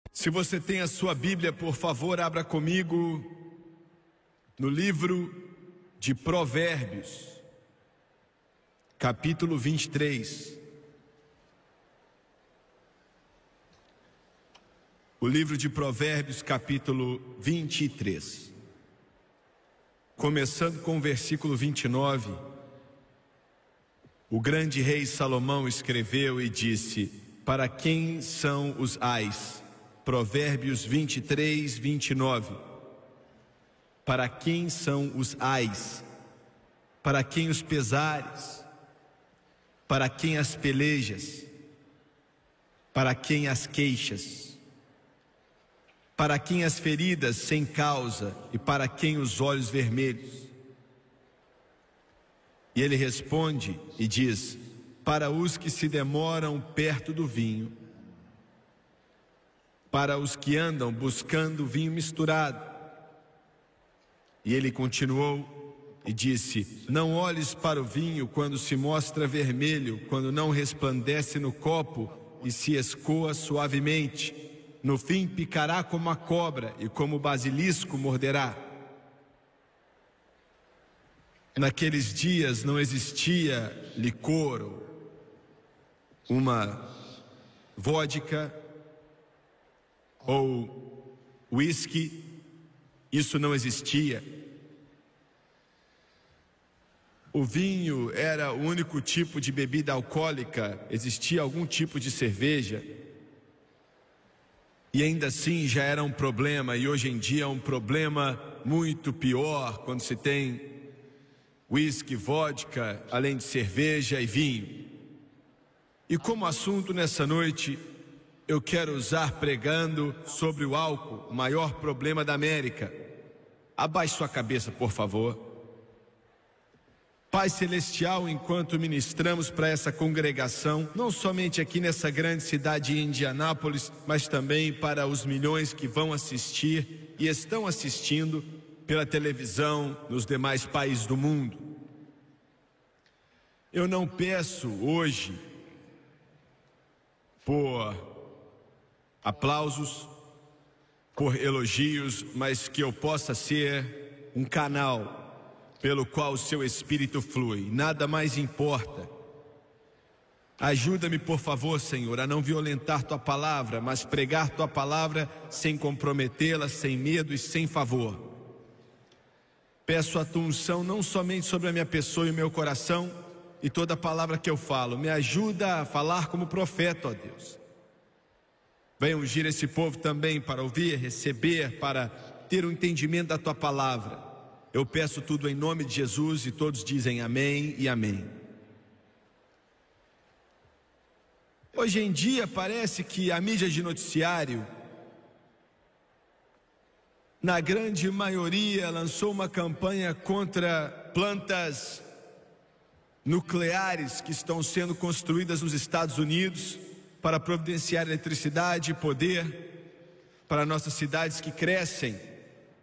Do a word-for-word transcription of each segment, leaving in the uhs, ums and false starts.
Se você tem a sua Bíblia, por favor, abra comigo no livro de Provérbios, capítulo vinte e três. O livro de Provérbios, capítulo vinte e três. Começando com o versículo vinte e nove, o grande rei Salomão escreveu e disse: para quem são os ais? Provérbios vinte e três, vinte e nove. Para quem são os ais? Para quem os pesares? Para quem as pelejas? Para quem as queixas? Para quem as feridas sem causa e para quem os olhos vermelhos? E ele responde e diz: para os que se demoram perto do vinho, para os que andam buscando vinho misturado. E ele continuou e disse: não olhes para o vinho quando se mostra vermelho, quando não resplandece no copo e se escoa suavemente. No fim picará como a cobra e como o basilisco morderá. Naqueles dias não existia licor, uma vodka ou whisky, isso não existia. O vinho era o único tipo de bebida alcoólica, existia algum tipo de cerveja, e ainda assim já era um problema, e hoje em dia é um problema muito pior quando se tem whisky, vodka, além de cerveja e vinho. E como assunto nessa noite, eu quero usar pregando sobre o álcool, o maior problema da América. Abaixe sua cabeça, por favor. Pai Celestial, enquanto ministramos para essa congregação, não somente aqui nessa grande cidade de Indianápolis, mas também para os milhões que vão assistir e estão assistindo pela televisão nos demais países do mundo. Eu não peço hoje por aplausos, por elogios, mas que eu possa ser um canal pelo qual o seu espírito flui. Nada mais importa. Ajuda-me, por favor, Senhor, a não violentar tua palavra, mas pregar tua palavra sem comprometê-la, sem medo e sem favor. Peço a tua unção não somente sobre a minha pessoa e o meu coração e toda a palavra que eu falo. Me ajuda a falar como profeta, ó Deus. Venha ungir esse povo também para ouvir, receber, para ter o entendimento da tua palavra. Eu peço tudo em nome de Jesus e todos dizem amém e amém. Hoje em dia parece que a mídia de noticiário, na grande maioria, lançou uma campanha contra plantas nucleares que estão sendo construídas nos Estados Unidos para providenciar eletricidade e poder para nossas cidades que crescem.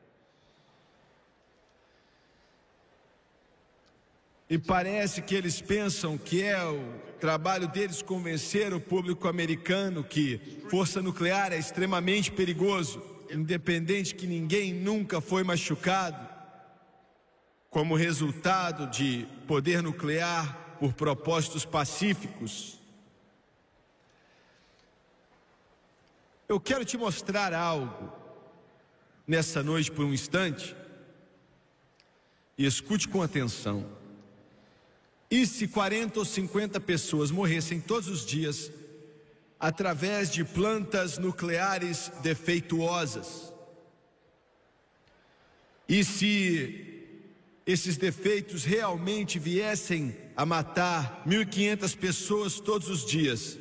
E parece que eles pensam que é o trabalho deles convencer o público americano que força nuclear é extremamente perigoso, independente que ninguém nunca foi machucado, como resultado de poder nuclear por propósitos pacíficos. Eu quero te mostrar algo nessa noite por um instante, e escute com atenção. E se quarenta ou cinquenta pessoas morressem todos os dias através de plantas nucleares defeituosas? E se esses defeitos realmente viessem a matar mil e quinhentas pessoas todos os dias?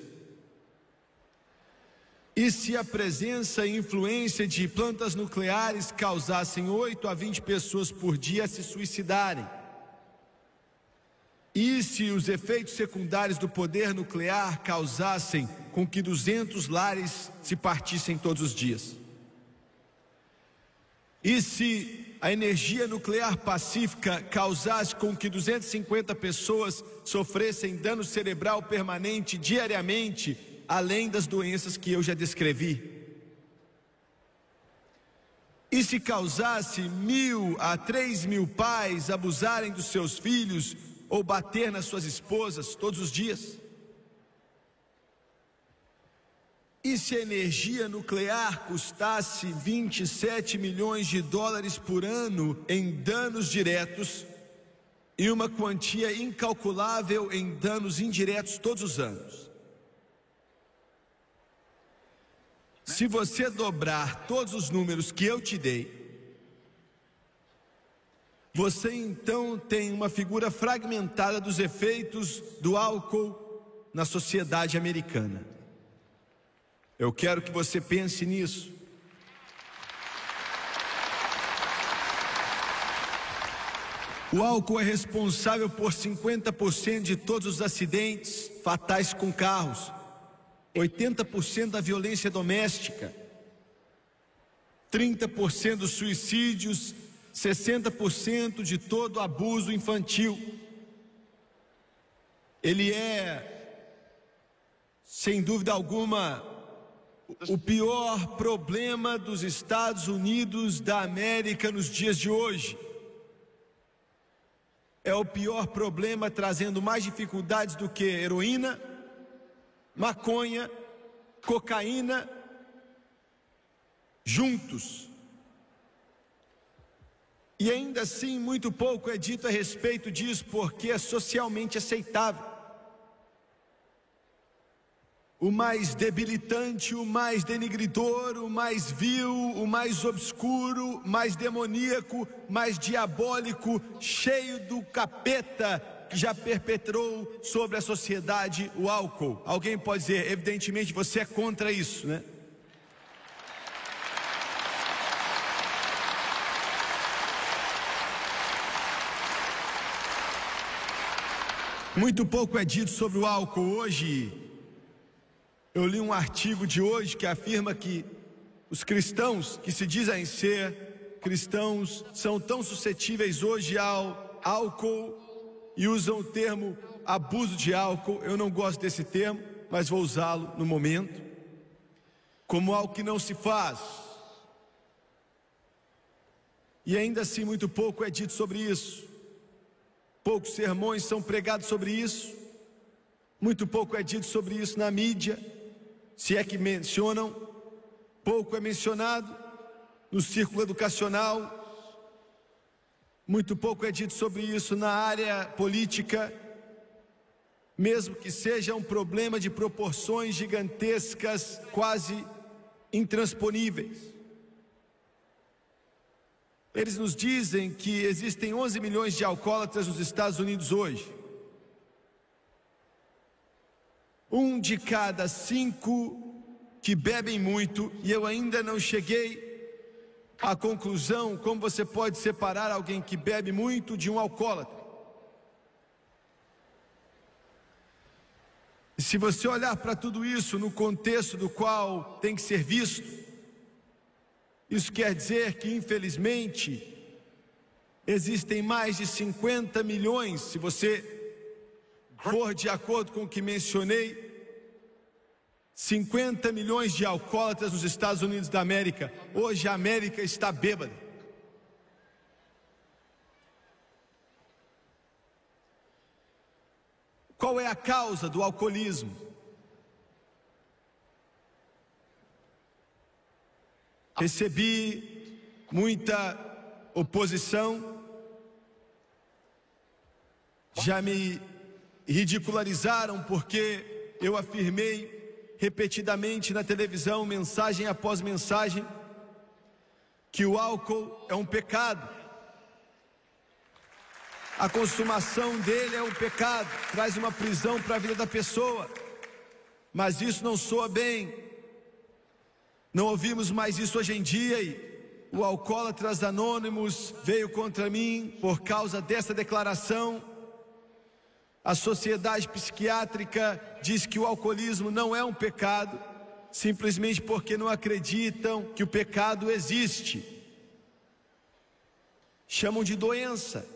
E se a presença e influência de plantas nucleares causassem oito a vinte pessoas por dia a se suicidarem? E se os efeitos secundários do poder nuclear causassem com que duzentos lares se partissem todos os dias? E se a energia nuclear pacífica causasse com que duzentas e cinquenta pessoas sofressem dano cerebral permanente diariamente, além das doenças que eu já descrevi? E se causasse mil a três mil pais abusarem dos seus filhos ou bater nas suas esposas todos os dias? E se a energia nuclear custasse vinte e sete milhões de dólares por ano em danos diretos e uma quantia incalculável em danos indiretos todos os anos? Se você dobrar todos os números que eu te dei, você então tem uma figura fragmentada dos efeitos do álcool na sociedade americana. Eu quero que você pense nisso. O álcool é responsável por cinquenta por cento de todos os acidentes fatais com carros, oitenta por cento da violência doméstica, trinta por cento dos suicídios, sessenta por cento de todo abuso infantil. Ele é, sem dúvida alguma, o pior problema dos Estados Unidos da América nos dias de hoje. É o pior problema, trazendo mais dificuldades do que heroína, maconha, cocaína, juntos. E ainda assim, muito pouco é dito a respeito disso, porque é socialmente aceitável. O mais debilitante, o mais denigridor, o mais vil, o mais obscuro, mais demoníaco, mais diabólico, cheio do capeta que já perpetrou sobre a sociedade o álcool. Alguém pode dizer, evidentemente você é contra isso, né? Muito pouco é dito sobre o álcool hoje. Eu li um artigo de hoje que afirma que os cristãos que se dizem ser cristãos são tão suscetíveis hoje ao álcool e usam o termo abuso de álcool. Eu não gosto desse termo, mas vou usá-lo no momento, como algo que não se faz. E ainda assim muito pouco é dito sobre isso. Poucos sermões são pregados sobre isso. Muito pouco é dito sobre isso na mídia, se é que mencionam. Pouco é mencionado no círculo educacional. Muito pouco é dito sobre isso na área política, mesmo que seja um problema de proporções gigantescas, quase intransponíveis. Eles nos dizem que existem onze milhões de alcoólatras nos Estados Unidos hoje. Um de cada cinco que bebem muito, e eu ainda não cheguei à conclusão como você pode separar alguém que bebe muito de um alcoólatra. E se você olhar para tudo isso no contexto do qual tem que ser visto, isso quer dizer que, infelizmente, existem mais de cinquenta milhões, se você for de acordo com o que mencionei, cinquenta milhões de alcoólatras nos Estados Unidos da América. Hoje a América está bêbada. Qual é a causa do alcoolismo? Recebi muita oposição, já me ridicularizaram porque eu afirmei repetidamente na televisão, mensagem após mensagem, que o álcool é um pecado. A consumação dele é um pecado, traz uma prisão para a vida da pessoa. Mas isso não soa bem. Não ouvimos mais isso hoje em dia, e o Alcoólatras Anônimos veio contra mim por causa dessa declaração. A sociedade psiquiátrica diz que o alcoolismo não é um pecado, simplesmente porque não acreditam que o pecado existe. Chamam de doença.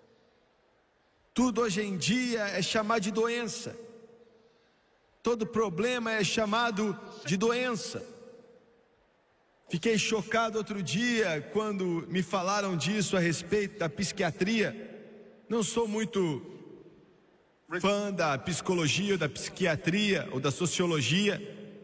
Tudo hoje em dia é chamado de doença. Todo problema é chamado de doença. Fiquei chocado outro dia quando me falaram disso a respeito da psiquiatria. Não sou muito fã da psicologia, ou da psiquiatria ou da sociologia.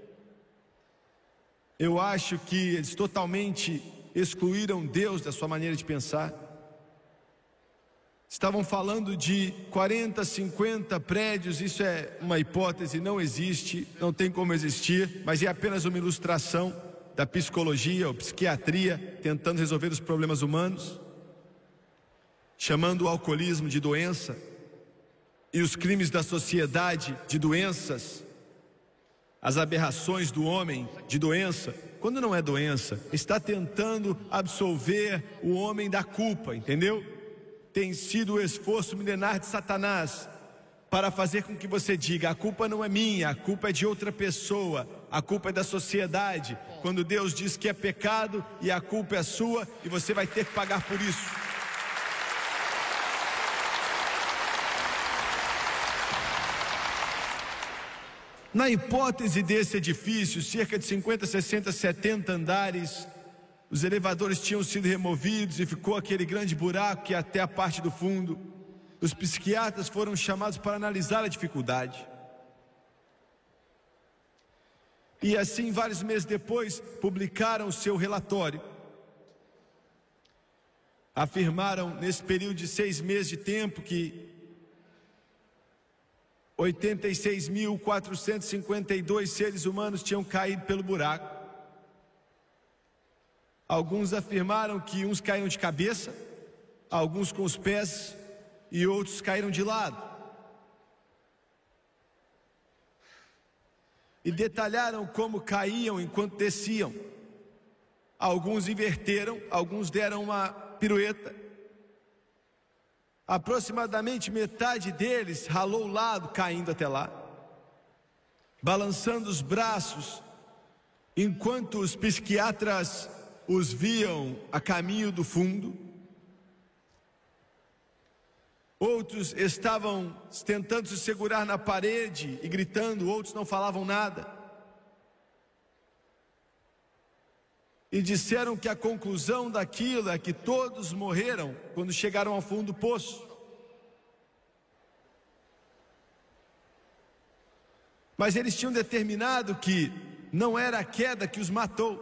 Eu acho que eles totalmente excluíram Deus da sua maneira de pensar. Estavam falando de quarenta, cinquenta prédios. Isso é uma hipótese, não existe, não tem como existir, mas é apenas uma ilustração da psicologia ou psiquiatria tentando resolver os problemas humanos, chamando o alcoolismo de doença e os crimes da sociedade de doenças, as aberrações do homem de doença, quando não é doença. Está tentando absolver o homem da culpa, entendeu? Tem sido o esforço milenar de Satanás para fazer com que você diga: a culpa não é minha, a culpa é de outra pessoa, a culpa é da sociedade, quando Deus diz que é pecado e a culpa é sua e você vai ter que pagar por isso. Na hipótese desse edifício, cerca de cinquenta, sessenta, setenta andares, os elevadores tinham sido removidos e ficou aquele grande buraco que é até a parte do fundo. Os psiquiatras foram chamados para analisar a dificuldade. E assim, vários meses depois, publicaram o seu relatório. Afirmaram nesse período de seis meses de tempo que oitenta e seis mil quatrocentos e cinquenta e dois seres humanos tinham caído pelo buraco. Alguns afirmaram que uns caíram de cabeça, alguns com os pés e outros caíram de lado. E detalharam como caíam enquanto desciam. Alguns inverteram, alguns deram uma pirueta. Aproximadamente metade deles ralou o lado caindo até lá, balançando os braços, enquanto os psiquiatras os viam a caminho do fundo. Outros estavam tentando se segurar na parede e gritando, outros não falavam nada. E disseram que a conclusão daquilo é que todos morreram quando chegaram ao fundo do poço. Mas eles tinham determinado que não era a queda que os matou,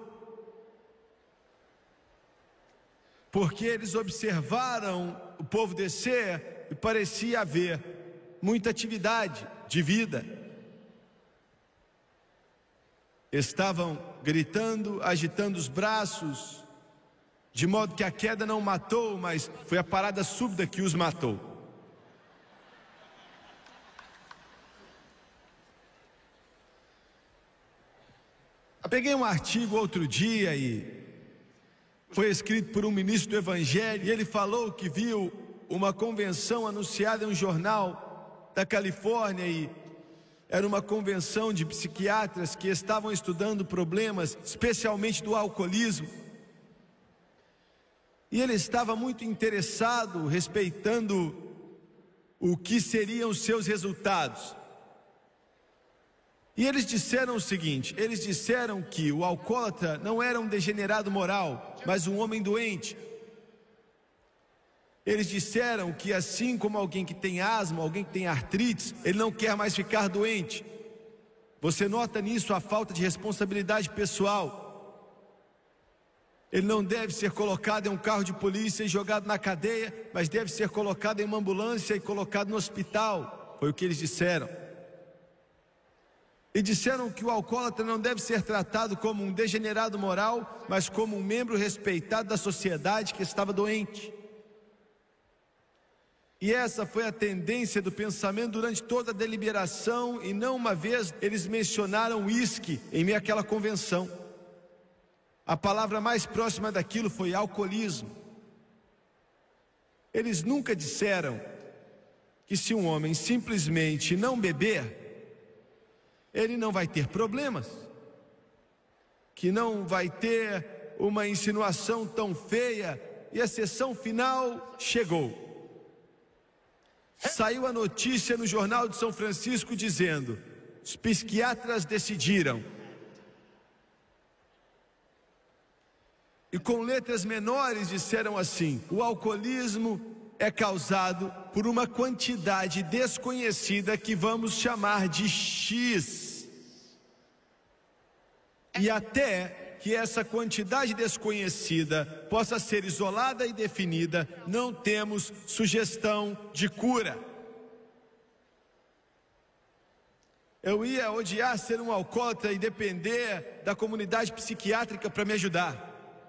porque eles observaram o povo descer e parecia haver muita atividade de vida. Estavam gritando, agitando os braços, de modo que a queda não matou, mas foi a parada súbita que os matou. Eu peguei um artigo outro dia e foi escrito por um ministro do Evangelho, e ele falou que viu uma convenção anunciada em um jornal da Califórnia, e era uma convenção de psiquiatras que estavam estudando problemas, especialmente do alcoolismo. E ele estava muito interessado, respeitando o que seriam os seus resultados. E eles disseram o seguinte: eles disseram que o alcoólatra não era um degenerado moral, mas um homem doente. Eles disseram que assim como alguém que tem asma, alguém que tem artrite, ele não quer mais ficar doente. Você nota nisso a falta de responsabilidade pessoal. Ele não deve ser colocado em um carro de polícia e jogado na cadeia, mas deve ser colocado em uma ambulância e colocado no hospital. Foi o que eles disseram. E disseram que o alcoólatra não deve ser tratado como um degenerado moral, mas como um membro respeitado da sociedade que estava doente. E essa foi a tendência do pensamento durante toda a deliberação, e não uma vez eles mencionaram uísque em meio àquela convenção. A palavra mais próxima daquilo foi alcoolismo. Eles nunca disseram que se um homem simplesmente não beber, ele não vai ter problemas, que não vai ter uma insinuação tão feia, e a sessão final chegou. Saiu a notícia no Jornal de São Francisco dizendo: os psiquiatras decidiram e com letras menores disseram assim: o alcoolismo é causado por uma quantidade desconhecida que vamos chamar de X. E até que essa quantidade desconhecida possa ser isolada e definida, não temos sugestão de cura. Eu ia odiar ser um alcoólatra e depender da comunidade psiquiátrica para me ajudar.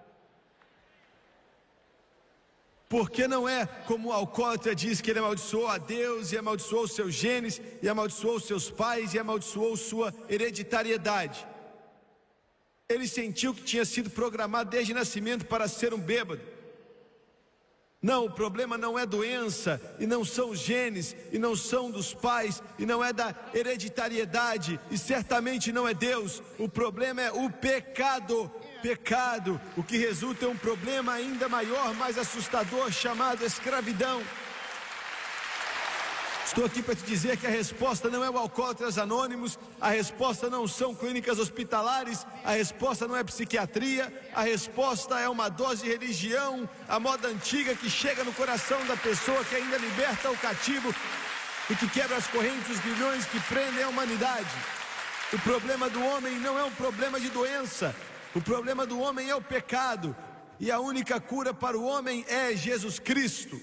Porque não é como o alcoólatra diz que ele amaldiçoou a Deus, e amaldiçoou os seus genes, e amaldiçoou os seus pais, e amaldiçoou sua hereditariedade. Ele sentiu que tinha sido programado desde nascimento para ser um bêbado. Não, o problema não é doença, e não são os genes, e não são dos pais, e não é da hereditariedade, e certamente não é Deus. O problema é o pecado. Pecado, o que resulta em um problema ainda maior, mais assustador, chamado escravidão. Estou aqui para te dizer que a resposta não é o Alcoólatras Anônimos, a resposta não são clínicas hospitalares, a resposta não é psiquiatria, a resposta é uma dose de religião, a moda antiga que chega no coração da pessoa, que ainda liberta o cativo e que quebra as correntes dos grilhões que prendem a humanidade. O problema do homem não é um problema de doença, o problema do homem é o pecado, e a única cura para o homem é Jesus Cristo.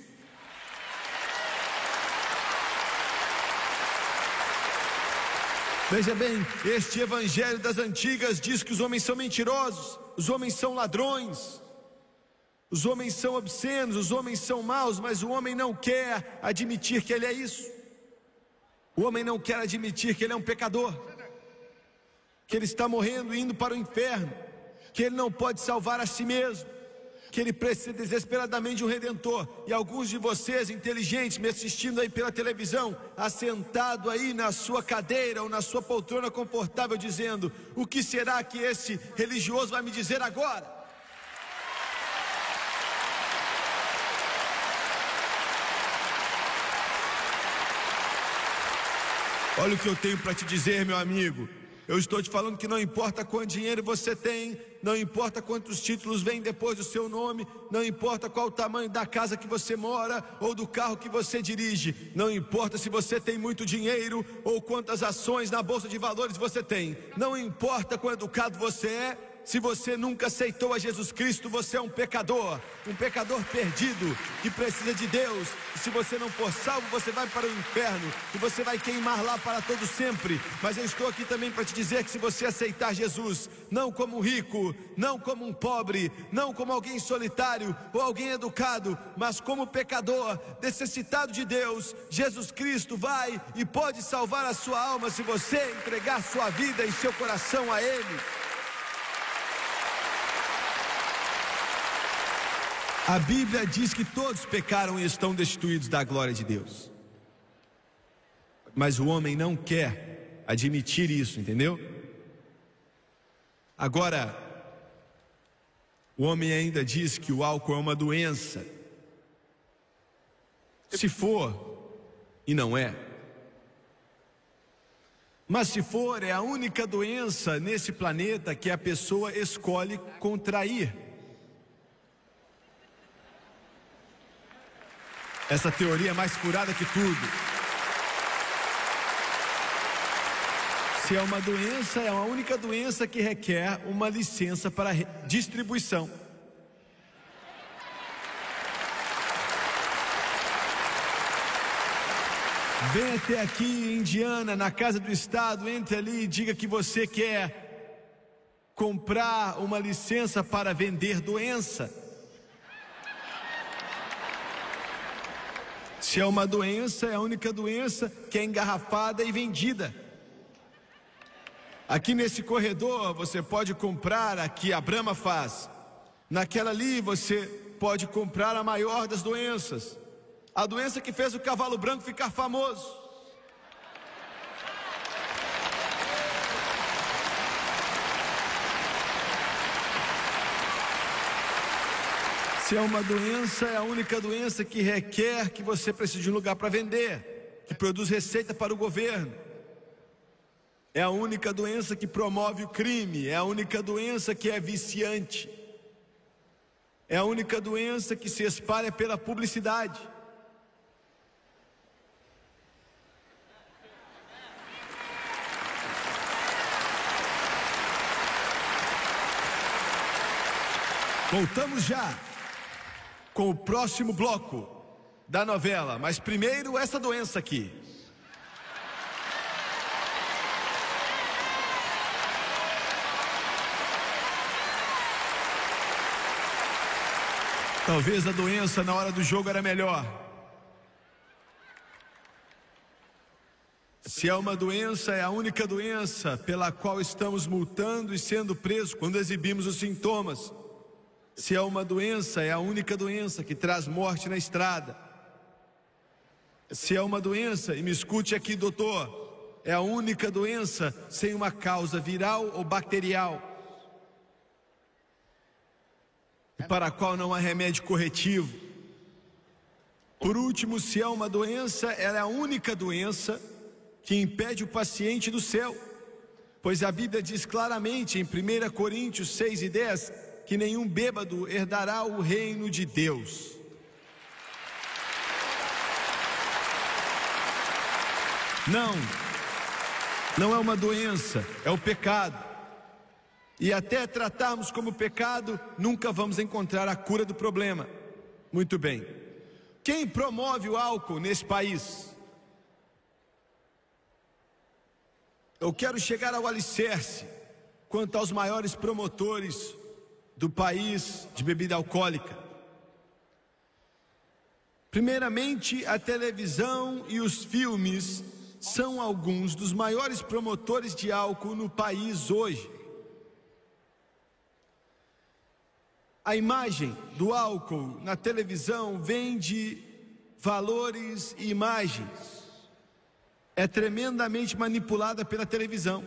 Veja bem, este evangelho das antigas diz que os homens são mentirosos, os homens são ladrões, os homens são obscenos, os homens são maus, mas o homem não quer admitir que ele é isso. O homem não quer admitir que ele é um pecador, que ele está morrendo e indo para o inferno, que ele não pode salvar a si mesmo, que ele precisa desesperadamente de um Redentor. E alguns de vocês inteligentes me assistindo aí pela televisão, assentado aí na sua cadeira ou na sua poltrona confortável, dizendo: o que será que esse religioso vai me dizer agora? Olha o que eu tenho para te dizer, meu amigo. Eu estou te falando que não importa quanto dinheiro você tem, não importa quantos títulos vêm depois do seu nome, não importa qual o tamanho da casa que você mora ou do carro que você dirige, não importa se você tem muito dinheiro ou quantas ações na bolsa de valores você tem, não importa quão educado você é, se você nunca aceitou a Jesus Cristo, você é um pecador, um pecador perdido, que precisa de Deus. E se você não for salvo, você vai para o inferno, e você vai queimar lá para todo sempre. Mas eu estou aqui também para te dizer que se você aceitar Jesus, não como um rico, não como um pobre, não como alguém solitário ou alguém educado, mas como pecador, necessitado de Deus, Jesus Cristo vai e pode salvar a sua alma se você entregar sua vida e seu coração a Ele. A Bíblia diz que todos pecaram e estão destituídos da glória de Deus. Mas o homem não quer admitir isso, entendeu? Agora, o homem ainda diz que o álcool é uma doença. Se for, e não é. Mas se for, é a única doença nesse planeta que a pessoa escolhe contrair. Essa teoria é mais furada que tudo. Se é uma doença, é a única doença que requer uma licença para distribuição. Vem até aqui em Indiana, na Casa do Estado, entre ali e diga que você quer comprar uma licença para vender doença. Se é uma doença, é a única doença que é engarrafada e vendida. Aqui nesse corredor você pode comprar a que a Brahma faz. Naquela ali você pode comprar a maior das doenças. A doença que fez o cavalo branco ficar famoso. Se é uma doença, é a única doença que requer que você precise de um lugar para vender, que produz receita para o governo. É a única doença que promove o crime, é a única doença que é viciante. é a única doença que se espalha pela publicidade. Voltamos já com o próximo bloco da novela, mas primeiro essa doença aqui. Talvez a doença na hora do jogo era melhor. Se é uma doença, é a única doença pela qual estamos multando e sendo presos quando exibimos os sintomas. Se é uma doença, é a única doença que traz morte na estrada. Se é uma doença, e me escute aqui, doutor, é a única doença sem uma causa viral ou bacterial, e para a qual não há remédio corretivo. Por último, se é uma doença, ela é a única doença que impede o paciente do céu, pois a Bíblia diz claramente em primeira Coríntios seis e dez, que nenhum bêbado herdará o reino de Deus. Não, não é uma doença, é o pecado. E até tratarmos como pecado, nunca vamos encontrar a cura do problema. Muito bem. Quem promove o álcool nesse país? Eu quero chegar ao alicerce quanto aos maiores promotores do país de bebida alcoólica. Primeiramente, a televisão e os filmes são alguns dos maiores promotores de álcool no país hoje. A imagem do álcool na televisão vem de valores e imagens. É tremendamente manipulada pela televisão.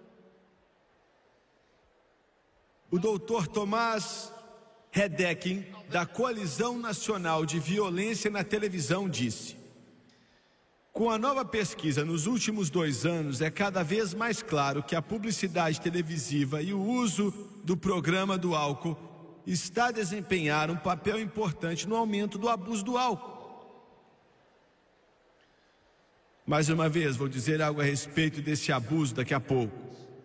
O doutor Tomás Hedekin, da Coalizão Nacional de Violência na Televisão, disse: com a nova pesquisa nos últimos dois anos, é cada vez mais claro que a publicidade televisiva e o uso do programa do álcool está a desempenhar um papel importante no aumento do abuso do álcool. Mais uma vez, vou dizer algo a respeito desse abuso daqui a pouco.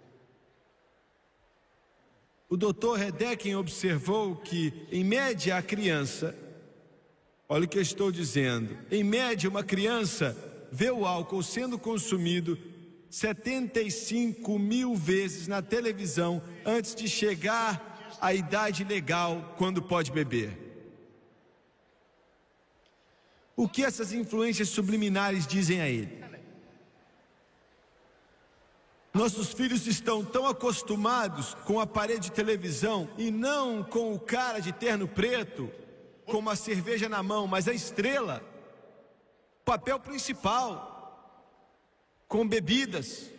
O doutor Hedekin observou que, em média, a criança, olha o que eu estou dizendo, em média, uma criança vê o álcool sendo consumido setenta e cinco mil vezes na televisão antes de chegar à idade legal quando pode beber. O que essas influências subliminares dizem a ele? Nossos filhos estão tão acostumados com o aparelho de televisão e não com o cara de terno preto, com uma cerveja na mão, mas a estrela, papel principal, com bebidas.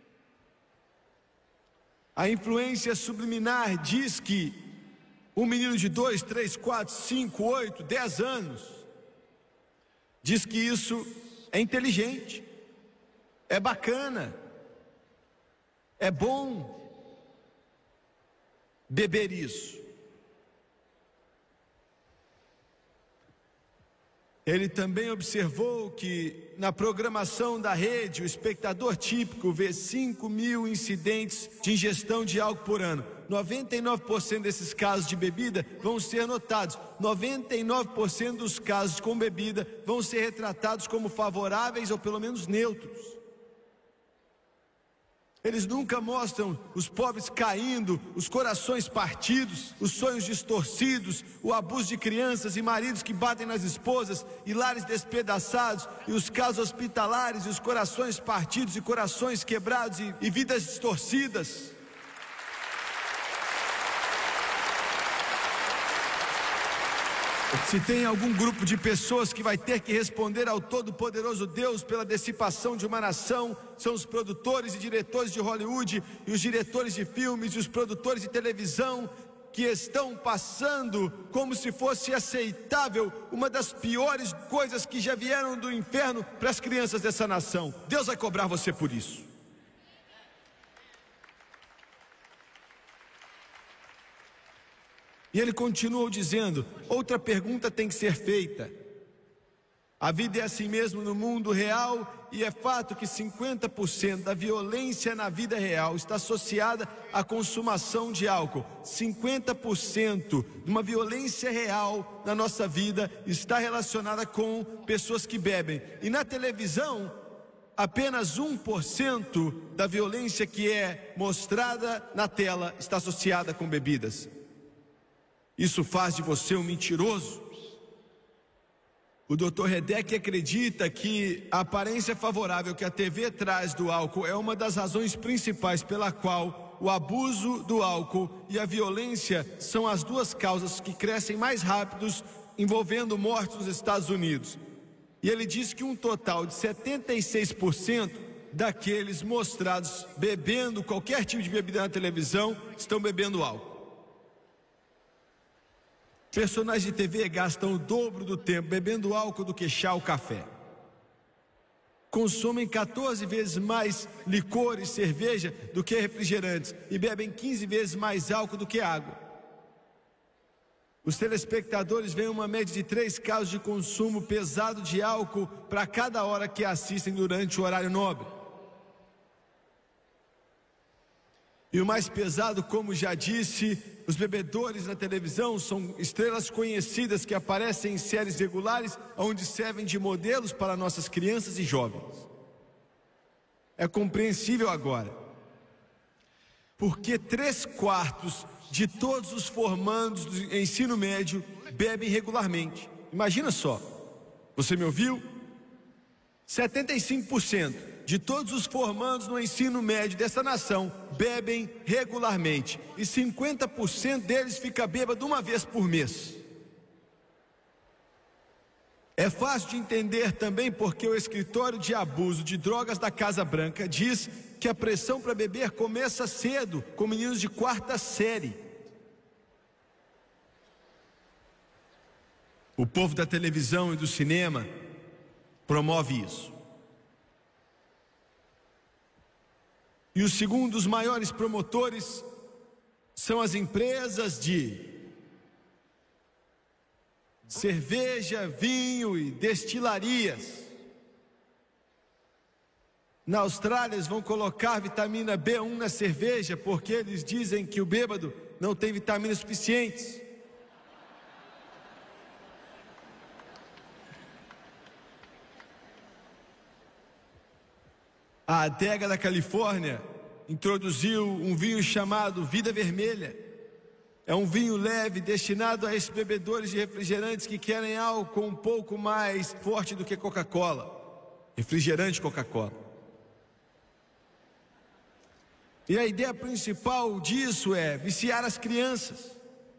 A influência subliminar diz que um menino de dois, três, quatro, cinco, oito, dez anos diz que isso é inteligente, é bacana, é bom beber isso. Ele também observou que na programação da rede, o espectador típico vê cinco mil incidentes de ingestão de álcool por ano. noventa e nove por cento desses casos de bebida vão ser notados. noventa e nove por cento dos casos com bebida vão ser retratados como favoráveis ou pelo menos neutros. Eles nunca mostram os pobres caindo, os corações partidos, os sonhos distorcidos, o abuso de crianças e maridos que batem nas esposas, e lares despedaçados, e os casos hospitalares, e os corações partidos e corações quebrados e, e vidas distorcidas. Se tem algum grupo de pessoas que vai ter que responder ao Todo-Poderoso Deus pela dissipação de uma nação, são os produtores e diretores de Hollywood, e os diretores de filmes, e os produtores de televisão, que estão passando como se fosse aceitável uma das piores coisas que já vieram do inferno para as crianças dessa nação. Deus vai cobrar você por isso. E ele continuou dizendo: outra pergunta tem que ser feita. A vida é assim mesmo no mundo real, e é fato que cinquenta por cento da violência na vida real está associada à consumação de álcool. cinquenta por cento de uma violência real na nossa vida está relacionada com pessoas que bebem. E na televisão, apenas um por cento da violência que é mostrada na tela está associada com bebidas. Isso faz de você um mentiroso. O doutor Redek acredita que a aparência favorável que a T V traz do álcool é uma das razões principais pela qual o abuso do álcool e a violência são as duas causas que crescem mais rápidos, envolvendo mortes nos Estados Unidos. E ele diz que um total de setenta e seis por cento daqueles mostrados bebendo qualquer tipo de bebida na televisão estão bebendo álcool. Personagens de T V gastam o dobro do tempo bebendo álcool do que chá ou café. Consomem quatorze vezes mais licor e cerveja do que refrigerantes e bebem quinze vezes mais álcool do que água. Os telespectadores veem uma média de três casos de consumo pesado de álcool para cada hora que assistem durante o horário nobre. E o mais pesado, como já disse, os bebedores na televisão são estrelas conhecidas que aparecem em séries regulares, onde servem de modelos para nossas crianças e jovens. É compreensível agora, porque três quartos de todos os formandos do ensino médio bebem regularmente. Imagina só, você me ouviu? setenta e cinco por cento de todos os formandos no ensino médio dessa nação bebem regularmente, e cinquenta por cento deles fica bêbado uma vez por mês. É fácil de entender também porque o escritório de abuso de drogas da Casa Branca diz que a pressão para beber começa cedo, com meninos de quarta série. O povo da televisão e do cinema promove isso. E o segundo dos maiores promotores são as empresas de cerveja, vinho e destilarias. Na Austrália eles vão colocar vitamina B um na cerveja porque eles dizem que o bêbado não tem vitaminas suficientes. A adega da Califórnia introduziu um vinho chamado Vida Vermelha. É um vinho leve destinado a esses bebedores de refrigerantes que querem algo com um pouco mais forte do que Coca-Cola. Refrigerante Coca-Cola. E a ideia principal disso é viciar as crianças.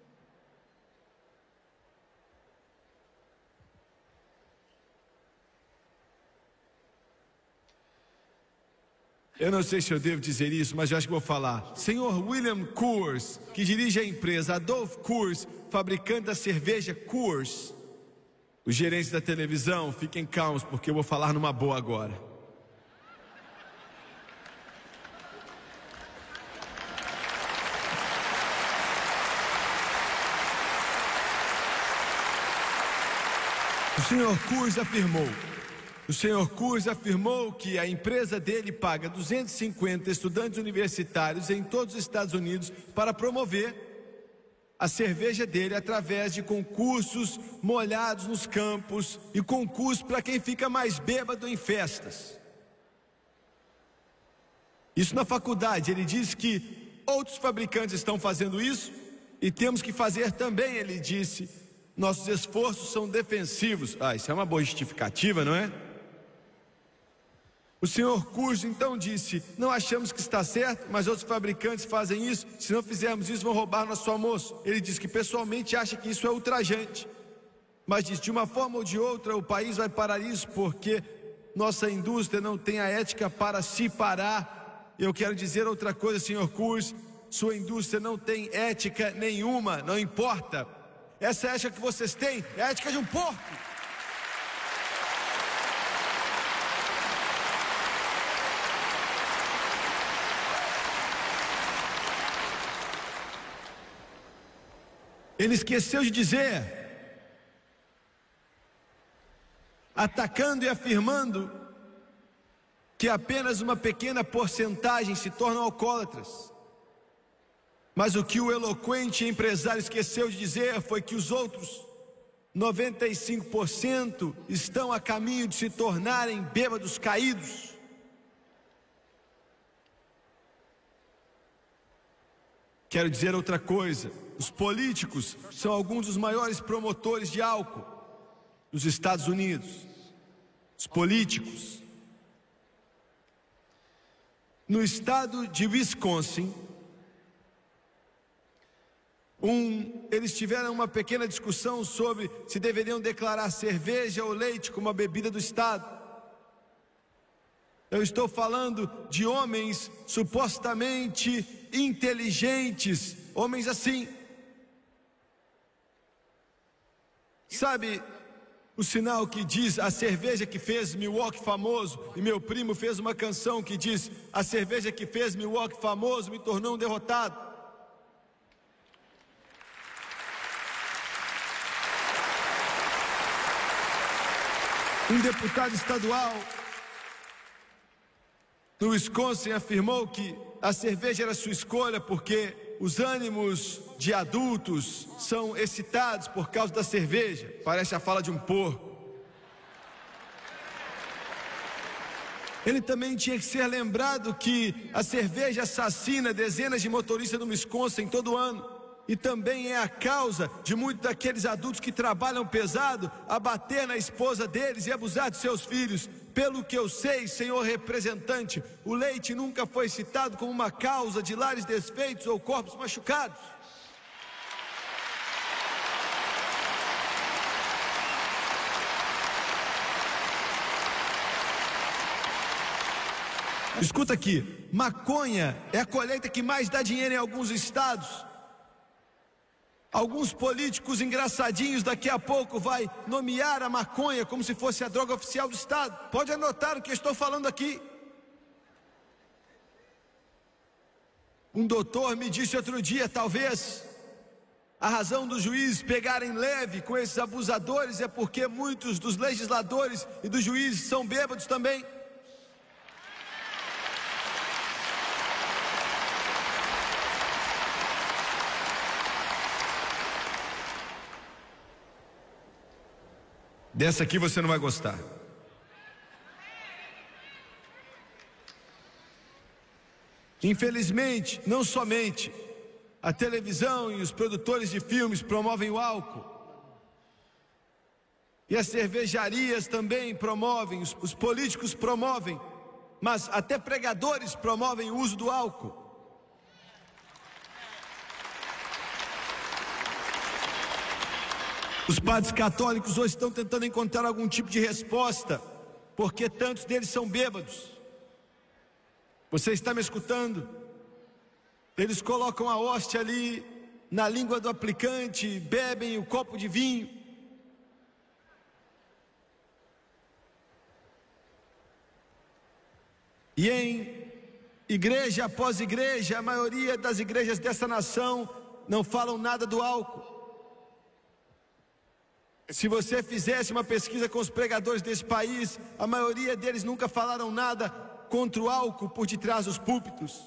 Eu não sei se eu devo dizer isso, mas eu acho que vou falar. Senhor William Coors, que dirige a empresa Adolph Coors, fabricante da cerveja Coors. Os gerentes da televisão, fiquem calmos, porque eu vou falar numa boa agora. O senhor Coors afirmou... O senhor Coors afirmou que a empresa dele paga duzentos e cinquenta estudantes universitários em todos os Estados Unidos para promover a cerveja dele através de concursos molhados nos campos e concursos para quem fica mais bêbado em festas. Isso na faculdade. Ele disse que outros fabricantes estão fazendo isso e temos que fazer também, ele disse. Nossos esforços são defensivos. Ah, isso é uma boa justificativa, não é? O senhor Coors então disse: não achamos que está certo, mas outros fabricantes fazem isso. Se não fizermos isso, vão roubar nosso almoço. Ele disse que pessoalmente acha que isso é ultrajante, mas diz: de uma forma ou de outra o país vai parar isso, porque nossa indústria não tem a ética para se parar. Eu quero dizer outra coisa, senhor Coors: sua indústria não tem ética nenhuma, não importa. Essa ética que vocês têm é a ética de um porco. Ele esqueceu de dizer, atacando e afirmando que apenas uma pequena porcentagem se tornam alcoólatras. Mas o que o eloquente empresário esqueceu de dizer foi que os outros noventa e cinco por cento estão a caminho de se tornarem bêbados caídos. Quero dizer outra coisa: os políticos são alguns dos maiores promotores de álcool nos Estados Unidos. Os políticos. No estado de Wisconsin, um, eles tiveram uma pequena discussão sobre se deveriam declarar cerveja ou leite como a bebida do estado. Eu estou falando de homens supostamente inteligentes, homens assim. Sabe o sinal que diz a cerveja que fez Milwaukee famoso? E meu primo fez uma canção que diz: a cerveja que fez Milwaukee famoso me tornou um derrotado. Um deputado estadual no Wisconsin afirmou que a cerveja era sua escolha porque os ânimos de adultos são excitados por causa da cerveja. Parece a fala de um porco. Ele também tinha que ser lembrado que a cerveja assassina dezenas de motoristas no Wisconsin todo ano. E também é a causa de muitos daqueles adultos que trabalham pesado a bater na esposa deles e abusar de seus filhos. Pelo que eu sei, senhor representante, o leite nunca foi citado como uma causa de lares desfeitos ou corpos machucados. Escuta aqui, maconha é a colheita que mais dá dinheiro em alguns estados. Alguns políticos engraçadinhos daqui a pouco vai nomear a maconha como se fosse a droga oficial do estado. Pode anotar o que eu estou falando aqui. Um doutor me disse outro dia, talvez a razão dos juízes pegarem leve com esses abusadores é porque muitos dos legisladores e dos juízes são bêbados também. Dessa aqui você não vai gostar. Infelizmente, não somente a televisão e os produtores de filmes promovem o álcool, e as cervejarias também promovem, os, os políticos promovem, mas até pregadores promovem o uso do álcool. Os padres católicos hoje estão tentando encontrar algum tipo de resposta, porque tantos deles são bêbados. Você está me escutando? Eles colocam a hóstia ali na língua do aplicante, bebem o copo de vinho. E em igreja após igreja, a maioria das igrejas dessa nação não falam nada do álcool. Se você fizesse uma pesquisa com os pregadores desse país, a maioria deles nunca falaram nada contra o álcool por detrás dos púlpitos.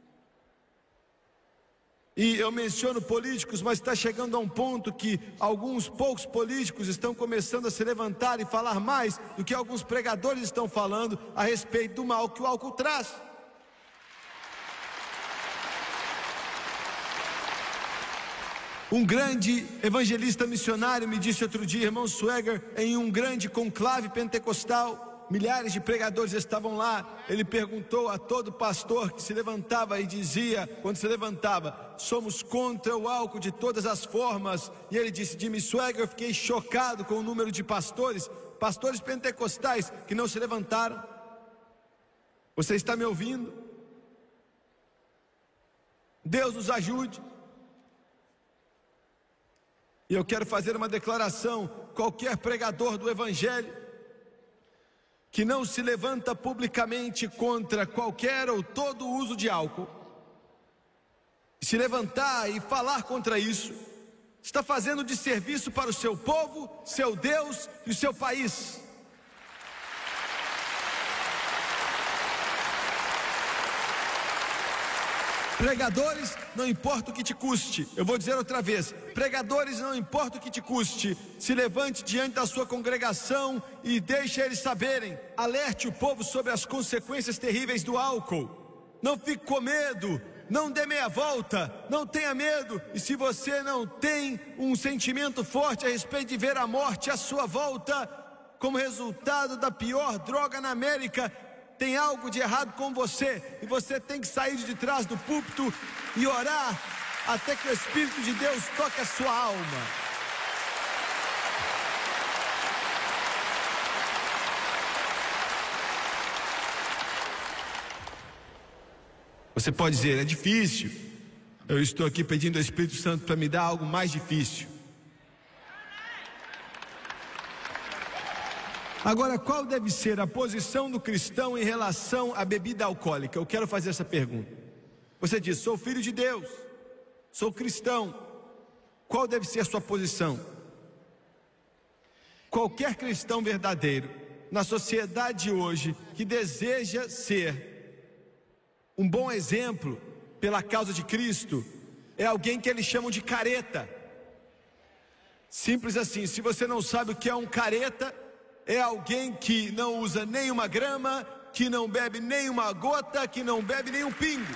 E eu menciono políticos, mas está chegando a um ponto que alguns poucos políticos estão começando a se levantar e falar mais do que alguns pregadores estão falando a respeito do mal que o álcool traz. Um grande evangelista missionário me disse outro dia, irmão Swagger, em um grande conclave pentecostal, milhares de pregadores estavam lá. Ele perguntou a todo pastor que se levantava e dizia, quando se levantava: somos contra o álcool de todas as formas. E ele disse: Jimmy Swagger, eu fiquei chocado com o número de pastores, pastores pentecostais que não se levantaram. Você está me ouvindo? Deus nos ajude. E eu quero fazer uma declaração: qualquer pregador do evangelho que não se levanta publicamente contra qualquer ou todo o uso de álcool, se levantar e falar contra isso, está fazendo desserviço para o seu povo, seu Deus e o seu país. Pregadores, não importa o que te custe. Eu vou dizer outra vez: pregadores, não importa o que te custe, se levante diante da sua congregação e deixe eles saberem. Alerte o povo sobre as consequências terríveis do álcool. Não fique com medo, não dê meia volta, não tenha medo. E se você não tem um sentimento forte a respeito de ver a morte à sua volta como resultado da pior droga na América, tem algo de errado com você, e você tem que sair de trás do púlpito e orar até que o Espírito de Deus toque a sua alma. Você pode dizer: é difícil, eu estou aqui pedindo ao Espírito Santo para me dar algo mais difícil. Agora, qual deve ser a posição do cristão em relação à bebida alcoólica? Eu quero fazer essa pergunta. Você diz: sou filho de Deus, sou cristão. Qual deve ser a sua posição? Qualquer cristão verdadeiro, na sociedade de hoje, que deseja ser um bom exemplo pela causa de Cristo, é alguém que eles chamam de careta. Simples assim. Se você não sabe o que é um careta, é alguém que não usa nenhuma grama, que não bebe nenhuma gota, que não bebe nenhum pingo.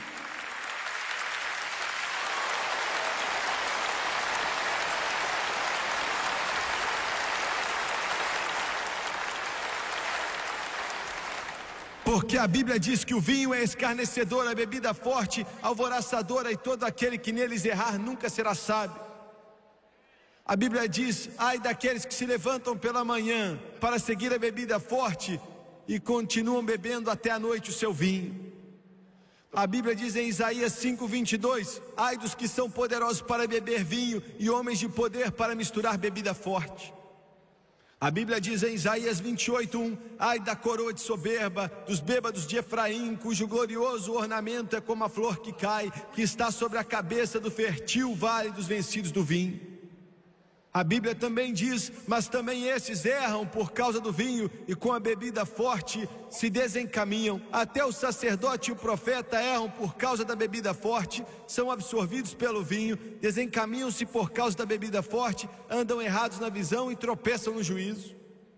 Porque a Bíblia diz que o vinho é escarnecedor, a bebida forte, alvoroçadora, e todo aquele que neles errar nunca será sábio. A Bíblia diz: ai daqueles que se levantam pela manhã para seguir a bebida forte e continuam bebendo até a noite o seu vinho. A Bíblia diz em Isaías cinco, vinte e dois: ai dos que são poderosos para beber vinho e homens de poder para misturar bebida forte. A Bíblia diz em Isaías vinte e oito, um: ai da coroa de soberba, dos bêbados de Efraim, cujo glorioso ornamento é como a flor que cai, que está sobre a cabeça do fértil vale dos vencidos do vinho. A Bíblia também diz: mas também esses erram por causa do vinho, e com a bebida forte se desencaminham. Até o sacerdote e o profeta erram por causa da bebida forte, são absorvidos pelo vinho, desencaminham-se por causa da bebida forte, andam errados na visão e tropeçam no juízo.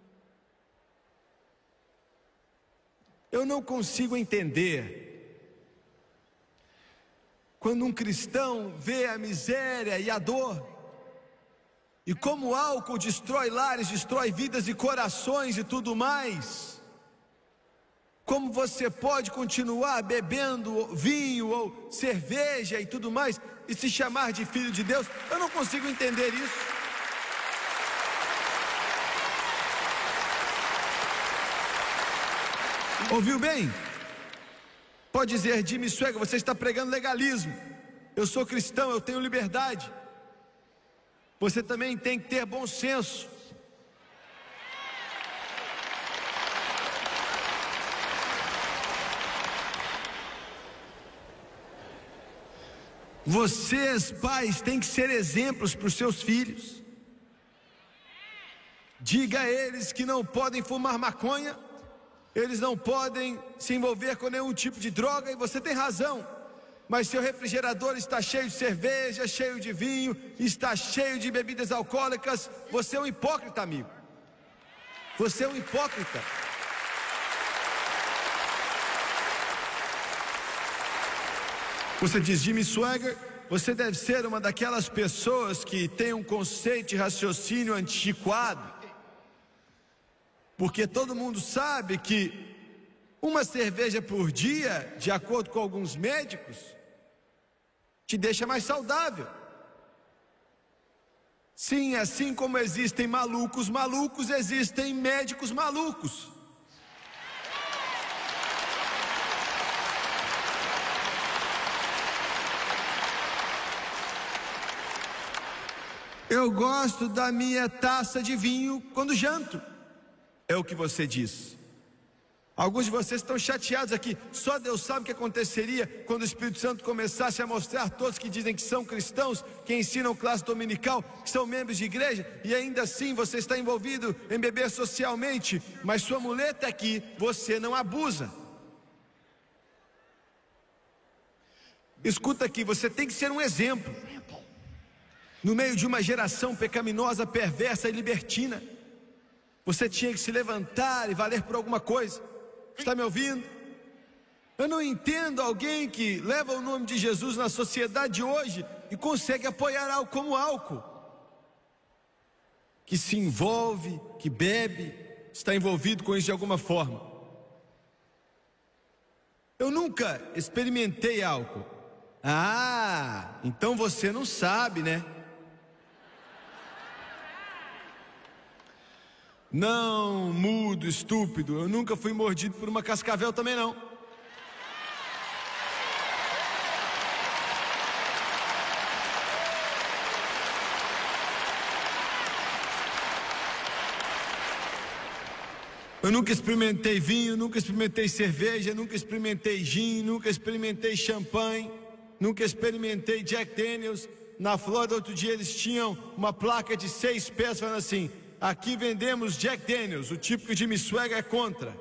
Eu não consigo entender quando um cristão vê a miséria e a dor, e como o álcool destrói lares, destrói vidas e corações e tudo mais, como você pode continuar bebendo vinho ou cerveja e tudo mais e se chamar de filho de Deus? Eu não consigo entender isso. Ouviu bem? Pode dizer: Jimmy Swaggart, você está pregando legalismo. Eu sou cristão, eu tenho liberdade. Você também tem que ter bom senso. Vocês, pais, têm que ser exemplos para os seus filhos. Diga a eles que não podem fumar maconha, eles não podem se envolver com nenhum tipo de droga, e você tem razão. Mas seu refrigerador está cheio de cerveja, cheio de vinho, está cheio de bebidas alcoólicas, você é um hipócrita, amigo. Você é um hipócrita. Você diz: Jimmy Swaggart, você deve ser uma daquelas pessoas que tem um conceito de raciocínio antiquado, porque todo mundo sabe que uma cerveja por dia, de acordo com alguns médicos, te deixa mais saudável. Sim, assim como existem malucos malucos, existem médicos malucos. Eu gosto da minha taça de vinho quando janto. É o que você diz. Alguns de vocês estão chateados aqui. Só Deus sabe o que aconteceria quando o Espírito Santo começasse a mostrar a todos que dizem que são cristãos, que ensinam classe dominical, que são membros de igreja, e ainda assim você está envolvido em beber socialmente, mas sua muleta é que você não abusa. Escuta aqui, você tem que ser um exemplo no meio de uma geração pecaminosa, perversa e libertina. Você tinha que se levantar e valer por alguma coisa. Está me ouvindo? Eu não entendo alguém que leva o nome de Jesus na sociedade hoje e consegue apoiar algo como álcool, que se envolve, que bebe, está envolvido com isso de alguma forma. Eu nunca experimentei álcool. Ah, então você não sabe, né? Não, mudo, estúpido, eu nunca fui mordido por uma cascavel também não. Eu nunca experimentei vinho, nunca experimentei cerveja, nunca experimentei gin, nunca experimentei champanhe, nunca experimentei Jack Daniels. Na Flórida outro dia eles tinham uma placa de seis pés falando assim: aqui vendemos Jack Daniels, o tipo que o Jimmy Swaggart é contra.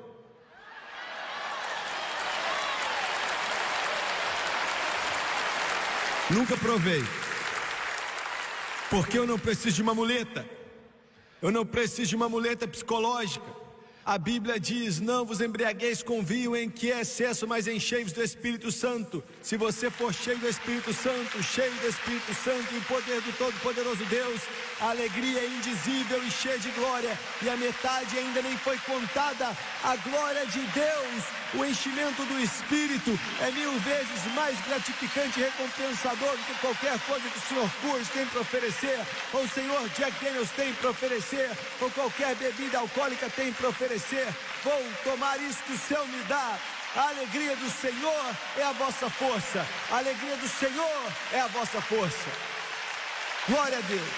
Nunca provei. Porque eu não preciso de uma muleta. Eu não preciso de uma muleta psicológica. A Bíblia diz: não vos embriagueis com vinho em que é excesso, mas enchei-vos do Espírito Santo. Se você for cheio do Espírito Santo, cheio do Espírito Santo e o poder do Todo-Poderoso Deus, a alegria é indizível e cheia de glória, e a metade ainda nem foi contada. A glória de Deus, o enchimento do Espírito é mil vezes mais gratificante e recompensador do que qualquer coisa que o senhor Coors tem para oferecer, ou o senhor Jack Daniels tem para oferecer, ou qualquer bebida alcoólica tem para oferecer. Vou tomar isso que o céu me dá. A alegria do Senhor é a vossa força. A alegria do Senhor é a vossa força. Glória a Deus.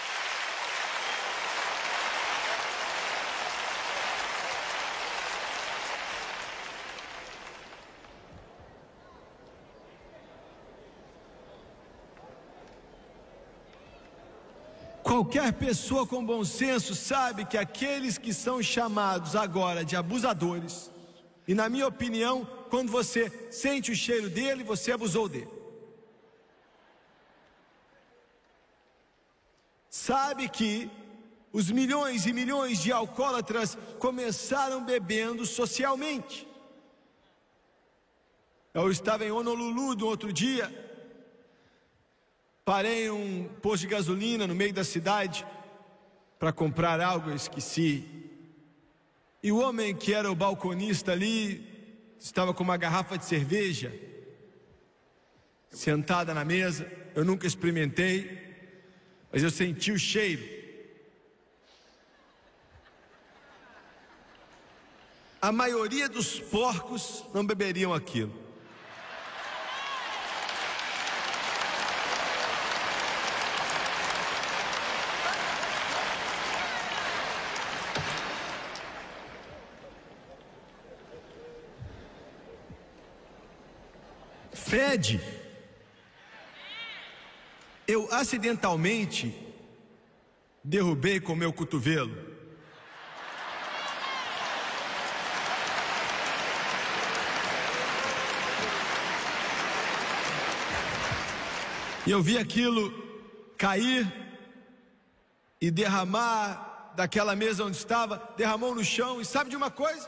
Qualquer pessoa com bom senso sabe que aqueles que são chamados agora de abusadores, e na minha opinião, quando você sente o cheiro dele, você abusou dele. Sabe que os milhões e milhões de alcoólatras começaram bebendo socialmente. Eu estava em Honolulu no outro dia. Parei em um posto de gasolina no meio da cidade para comprar algo, eu esqueci. E o homem que era o balconista ali estava com uma garrafa de cerveja sentada na mesa. Eu nunca experimentei, mas eu senti o cheiro. A maioria dos porcos não beberiam aquilo. Fede. Eu acidentalmente derrubei com meu cotovelo. E eu vi aquilo cair e derramar daquela mesa onde estava, derramou no chão. E sabe de uma coisa?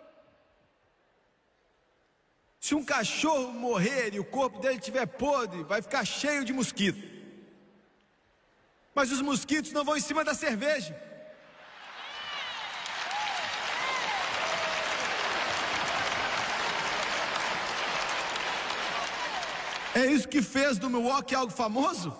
Se um cachorro morrer e o corpo dele estiver podre, vai ficar cheio de mosquito. Mas os mosquitos não vão em cima da cerveja. É isso que fez do Milwaukee algo famoso?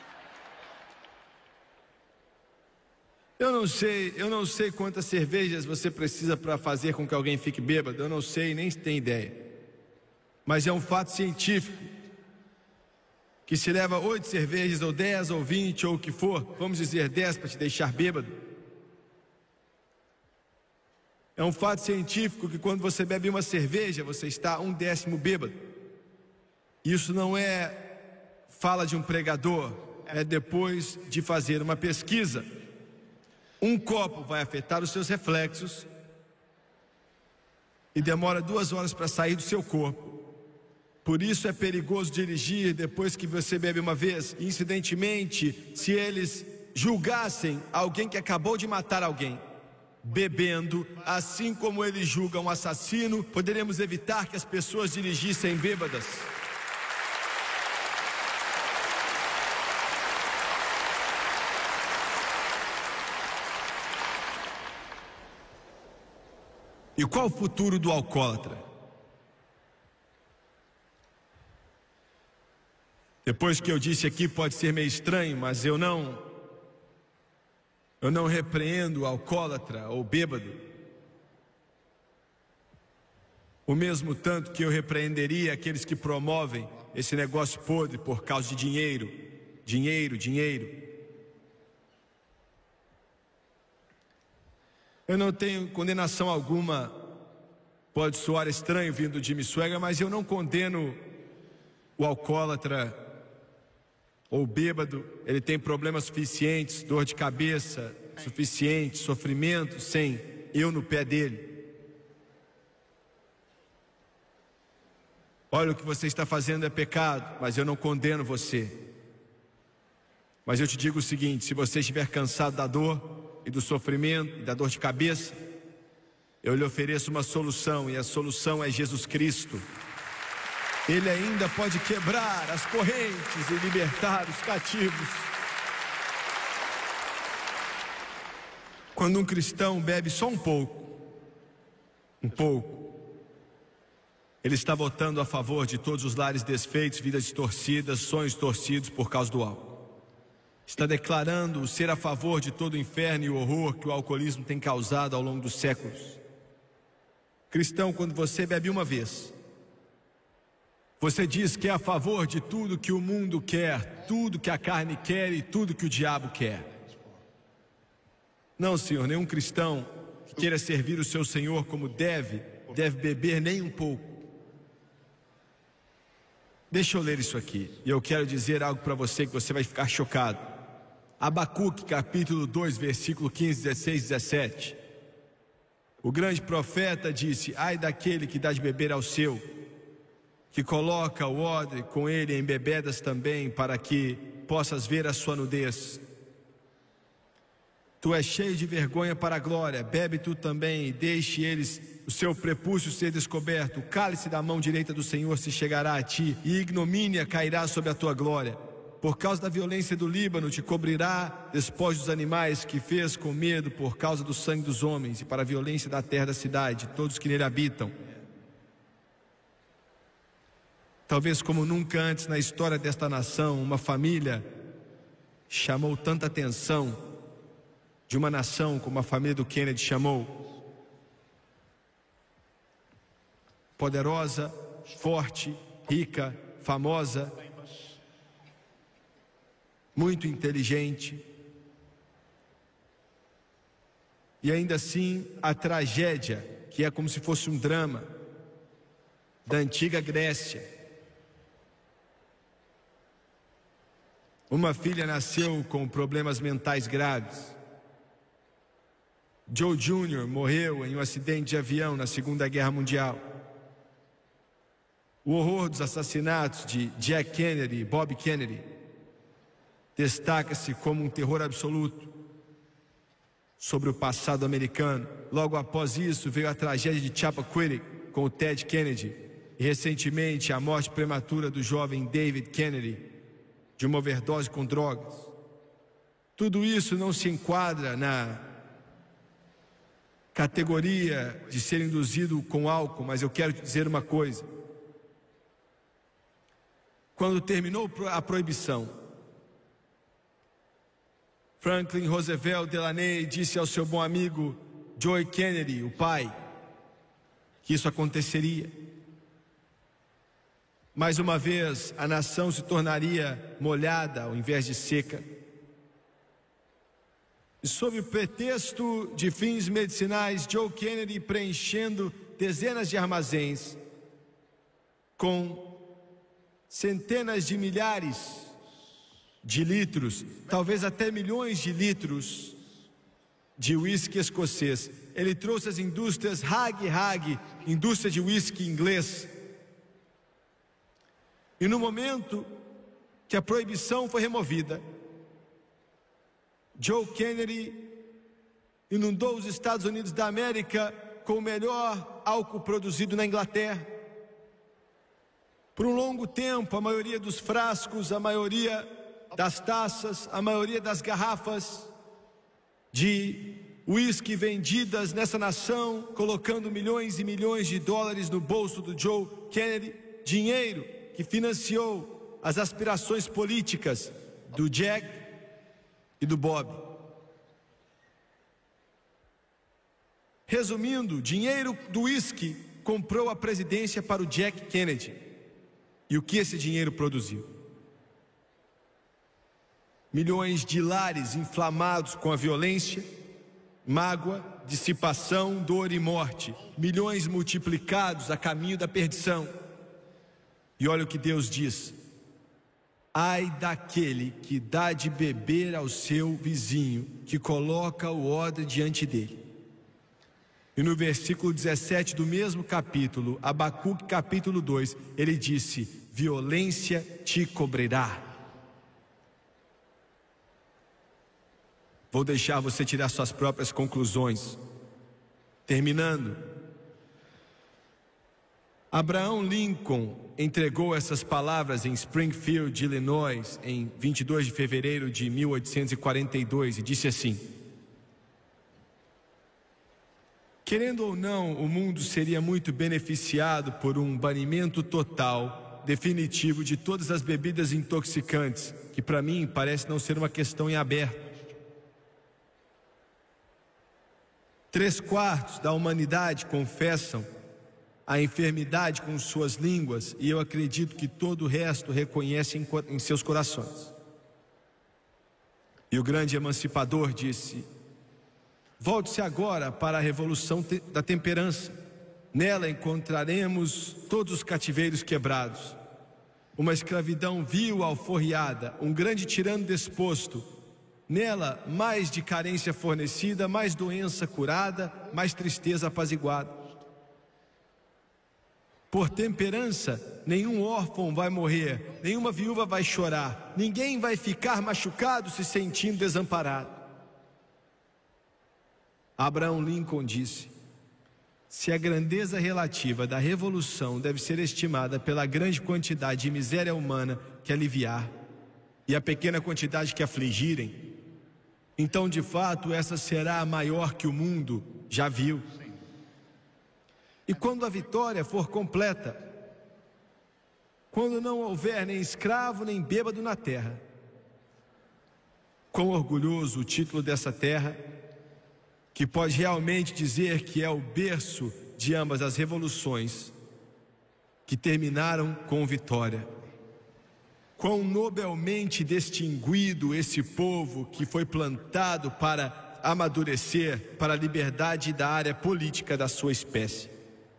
Eu não sei, eu não sei quantas cervejas você precisa para fazer com que alguém fique bêbado. Eu não sei, nem tenho ideia. Mas é um fato científico que se leva oito cervejas, ou dez, ou vinte, ou o que for, vamos dizer dez para te deixar bêbado. É um fato científico que quando você bebe uma cerveja, você está um décimo bêbado. Isso não é fala de um pregador, é depois de fazer uma pesquisa. Um copo vai afetar os seus reflexos e demora duas horas para sair do seu corpo. Por isso é perigoso dirigir depois que você bebe uma vez. Incidentemente, se eles julgassem alguém que acabou de matar alguém bebendo, assim como eles julgam um assassino, poderíamos evitar que as pessoas dirigissem bêbadas. E qual o futuro do alcoólatra? Depois que eu disse aqui, pode ser meio estranho, mas eu não eu não repreendo o alcoólatra ou bêbado o mesmo tanto que eu repreenderia aqueles que promovem esse negócio podre por causa de dinheiro, dinheiro, dinheiro. Eu não tenho condenação alguma, pode soar estranho vindo de Jimmy Swaggart, mas eu não condeno o alcoólatra ou bêbado. Ele tem problemas suficientes, dor de cabeça suficiente, sofrimento, sem eu no pé dele. Olha, o que você está fazendo é pecado, mas eu não condeno você. Mas eu te digo o seguinte: se você estiver cansado da dor e do sofrimento e da dor de cabeça, eu lhe ofereço uma solução, e a solução é Jesus Cristo. Ele ainda pode quebrar as correntes e libertar os cativos. Quando um cristão bebe só um pouco, um pouco, ele está votando a favor de todos os lares desfeitos, vidas distorcidas, sonhos torcidos por causa do álcool. Está declarando ser a favor de todo o inferno e o horror que o alcoolismo tem causado ao longo dos séculos. Cristão, quando você bebe uma vez, você diz que é a favor de tudo que o mundo quer, tudo que a carne quer e tudo que o diabo quer. Não, Senhor, nenhum cristão que queira servir o seu Senhor como deve, deve beber nem um pouco. Deixa eu ler isso aqui, e eu quero dizer algo para você que você vai ficar chocado. Abacuque, capítulo dois, versículo quinze, dezesseis e dezessete. O grande profeta disse: ai daquele que dá de beber ao seu, que coloca o odre com ele em bebedas também, para que possas ver a sua nudez. Tu és cheio de vergonha para a glória, bebe tu também, e deixe eles o seu prepúcio ser descoberto. O cálice da mão direita do Senhor se chegará a ti, e ignomínia cairá sobre a tua glória. Por causa da violência do Líbano te cobrirá despojo dos animais que fez com medo por causa do sangue dos homens, e para a violência da terra da cidade, todos que nele habitam. Talvez como nunca antes na história desta nação, uma família chamou tanta atenção de uma nação como a família do Kennedy chamou. Poderosa, forte, rica, famosa, muito inteligente. E ainda assim a tragédia, que é como se fosse um drama da antiga Grécia. Uma filha nasceu com problemas mentais graves. Joe Júnior morreu em um acidente de avião na Segunda Guerra Mundial. O horror dos assassinatos de Jack Kennedy e Bob Kennedy destaca-se como um terror absoluto sobre o passado americano. Logo após isso veio a tragédia de Chappaquiddick com o Ted Kennedy, e recentemente a morte prematura do jovem David Kennedy de uma overdose com drogas. Tudo isso não se enquadra na categoria de ser induzido com álcool, mas eu quero te dizer uma coisa. Quando terminou a proibição, Franklin Roosevelt Delaney disse ao seu bom amigo Joe Kennedy, o pai, que isso aconteceria. Mais uma vez, a nação se tornaria molhada ao invés de seca. E sob o pretexto de fins medicinais, Joe Kennedy preenchendo dezenas de armazéns com centenas de milhares de litros, talvez até milhões de litros de uísque escocês. Ele trouxe as indústrias Hag Hag, indústria de uísque inglês. E no momento que a proibição foi removida, Joe Kennedy inundou os Estados Unidos da América com o melhor álcool produzido na Inglaterra. Por um longo tempo, a maioria dos frascos, a maioria das taças, a maioria das garrafas de uísque vendidas nessa nação, colocando milhões e milhões de dólares no bolso do Joe Kennedy, dinheiro que financiou as aspirações políticas do Jack e do Bob. Resumindo, dinheiro do uísque comprou a presidência para o Jack Kennedy. E o que esse dinheiro produziu? Milhões de lares inflamados com a violência, mágoa, dissipação, dor e morte. Milhões multiplicados a caminho da perdição. E olha o que Deus diz: ai daquele que dá de beber ao seu vizinho, que coloca o odre diante dele. E no versículo dezessete do mesmo capítulo, Abacuque capítulo dois, ele disse: violência te cobrirá. Vou deixar você tirar suas próprias conclusões. Terminando, Abraham Lincoln entregou essas palavras em Springfield, Illinois, em vinte e dois de fevereiro de mil oitocentos e quarenta e dois, e disse assim: querendo ou não, o mundo seria muito beneficiado por um banimento total, definitivo de todas as bebidas intoxicantes, que para mim parece não ser uma questão em aberto. Três quartos da humanidade confessam a enfermidade com suas línguas, e eu acredito que todo o resto reconhece em, em seus corações. E o grande emancipador disse: volte-se agora para a revolução te, da temperança. Nela encontraremos todos os cativeiros quebrados, uma escravidão vil alforriada, um grande tirano desposto. Nela, mais de carência fornecida, mais doença curada, mais tristeza apaziguada. Por temperança, nenhum órfão vai morrer, nenhuma viúva vai chorar, ninguém vai ficar machucado se sentindo desamparado. Abraham Lincoln disse: se a grandeza relativa da revolução deve ser estimada pela grande quantidade de miséria humana que aliviar e a pequena quantidade que afligirem, então de fato essa será a maior que o mundo já viu. E quando a vitória for completa, quando não houver nem escravo nem bêbado na terra, quão orgulhoso o título dessa terra, que pode realmente dizer que é o berço de ambas as revoluções que terminaram com vitória. Quão nobelmente distinguido esse povo que foi plantado para amadurecer para a liberdade da área política da sua espécie.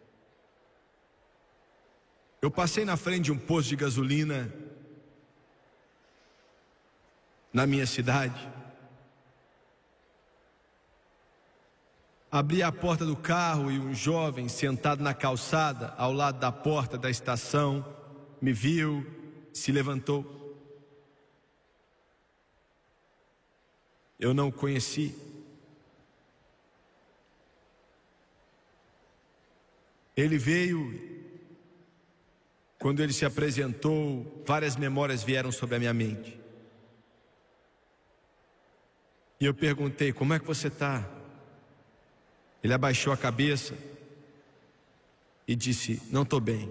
Eu passei na frente de um posto de gasolina na minha cidade. Abri a porta do carro e um jovem sentado na calçada ao lado da porta da estação me viu, se levantou. Eu não o conheci. Ele veio, quando ele se apresentou, várias memórias vieram sobre a minha mente. E eu perguntei: como é que você está? Ele abaixou a cabeça e disse: não estou bem.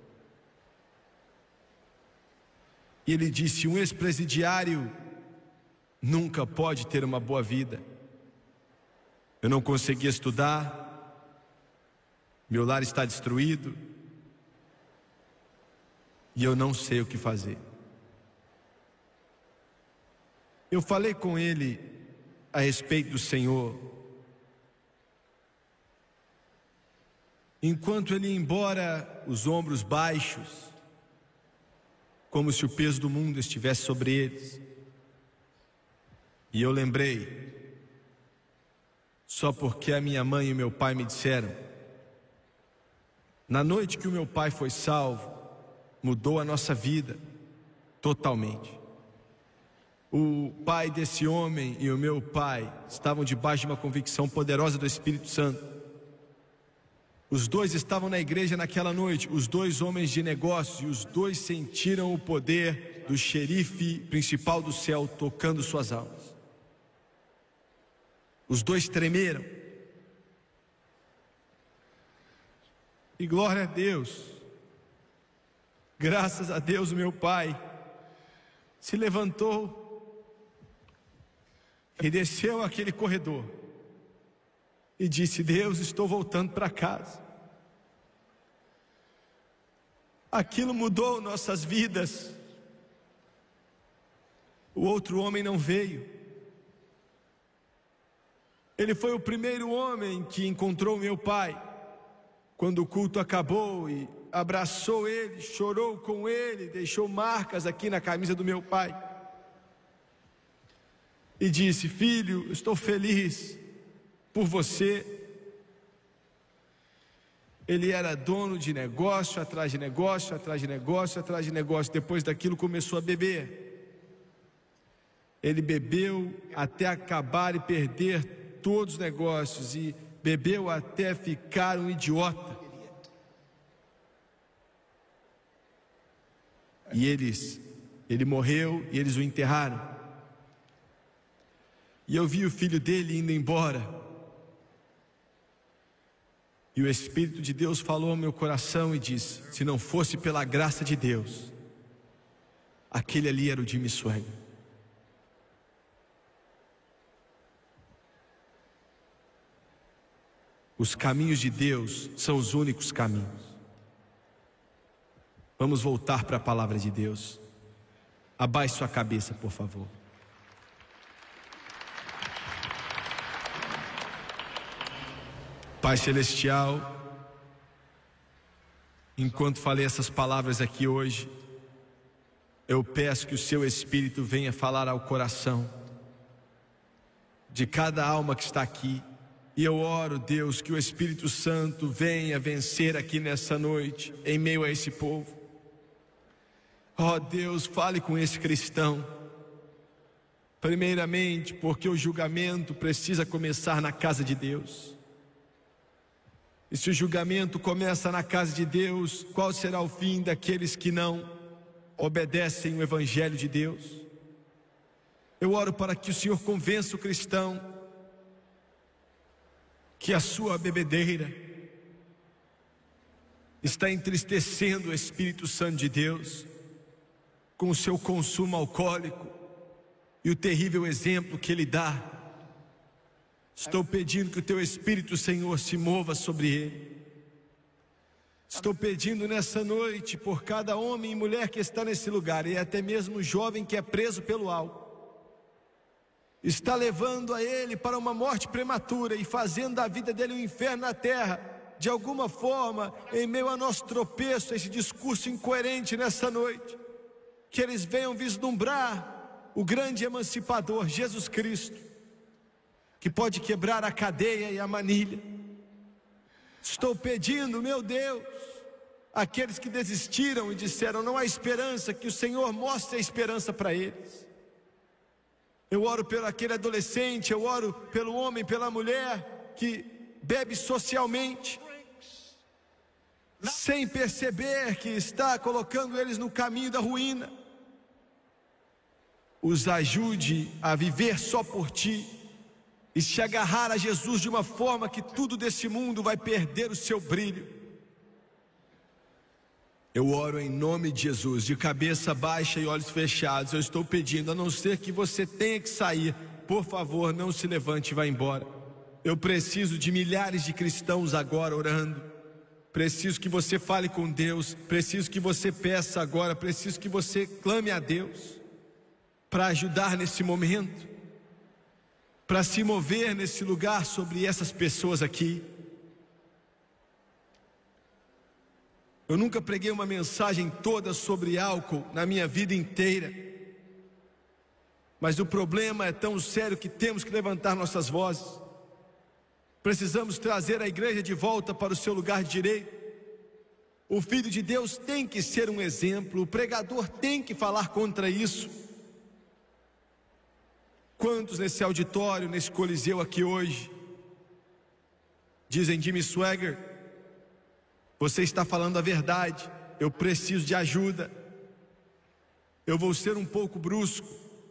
E ele disse: um ex-presidiário nunca pode ter uma boa vida. Eu não consegui estudar, meu lar está destruído e eu não sei o que fazer. Eu falei com ele a respeito do Senhor. Enquanto ele ia embora, os ombros baixos, como se o peso do mundo estivesse sobre eles. E eu lembrei, só porque a minha mãe e o meu pai me disseram, na noite que o meu pai foi salvo, mudou a nossa vida totalmente. O pai desse homem e o meu pai estavam debaixo de uma convicção poderosa do Espírito Santo. Os dois estavam na igreja naquela noite, os dois homens de negócios, e os dois sentiram o poder do xerife principal do céu tocando suas almas. Os dois tremeram. E glória a Deus, graças a Deus, o meu pai se levantou e desceu aquele corredor e disse: Deus, estou voltando para casa. Aquilo mudou nossas vidas. O outro homem não veio. Ele foi o primeiro homem que encontrou meu pai quando o culto acabou e abraçou ele, chorou com ele, deixou marcas aqui na camisa do meu pai e disse: filho, estou feliz por você. Ele era dono de negócio, atrás de negócio, atrás de negócio, atrás de negócio. Depois daquilo começou a beber. Ele bebeu até acabar e perder todos os negócios, e bebeu até ficar um idiota. E eles, ele morreu e eles o enterraram. E eu vi o filho dele indo embora. E o Espírito de Deus falou ao meu coração e disse: se não fosse pela graça de Deus, aquele ali era o Jimmy Swaggart. Os caminhos de Deus são os únicos caminhos. Vamos voltar para a palavra de Deus. Abaixe sua cabeça, por favor. Pai Celestial, enquanto falei essas palavras aqui hoje, eu peço que o Seu Espírito venha falar ao coração de cada alma que está aqui. E eu oro, Deus, que o Espírito Santo venha vencer aqui nessa noite, em meio a esse povo. Ó Deus, fale com esse cristão. Primeiramente, porque o julgamento precisa começar na casa de Deus. E se o julgamento começa na casa de Deus, qual será o fim daqueles que não obedecem o Evangelho de Deus? Eu oro para que o Senhor convença o cristão que a sua bebedeira está entristecendo o Espírito Santo de Deus com o seu consumo alcoólico e o terrível exemplo que ele dá. Estou pedindo que o Teu Espírito, Senhor, se mova sobre ele. Estou pedindo nessa noite por cada homem e mulher que está nesse lugar, e até mesmo o jovem que é preso pelo álcool, está levando a ele para uma morte prematura e fazendo da vida dele um inferno na terra. De alguma forma, em meio a nosso tropeço, esse discurso incoerente nessa noite, que eles venham vislumbrar o grande emancipador, Jesus Cristo, que pode quebrar a cadeia e a manilha. Estou pedindo, meu Deus, aqueles que desistiram e disseram não há esperança, que o Senhor mostre a esperança para eles. Eu oro pelo aquele adolescente, eu oro pelo homem, pela mulher que bebe socialmente, sem perceber que está colocando eles no caminho da ruína. Os ajude a viver só por Ti e se agarrar a Jesus de uma forma que tudo desse mundo vai perder o seu brilho. Eu oro em nome de Jesus, de cabeça baixa e olhos fechados. Eu estou pedindo, a não ser que você tenha que sair, por favor, não se levante e vá embora. Eu preciso de milhares de cristãos agora orando. Preciso que você fale com Deus. Preciso que você peça agora. Preciso que você clame a Deus para ajudar nesse momento. para se mover nesse lugar sobre essas pessoas aqui. Eu nunca preguei uma mensagem toda sobre álcool na minha vida inteira, mas o problema é tão sério que temos que levantar nossas vozes. Precisamos trazer a igreja de volta para o seu lugar de direito. O Filho de Deus tem que ser um exemplo, o pregador tem que falar contra isso. Quantos nesse auditório, nesse coliseu aqui hoje, dizem: Jimmy Swaggart, você está falando a verdade, eu preciso de ajuda, eu vou ser um pouco brusco,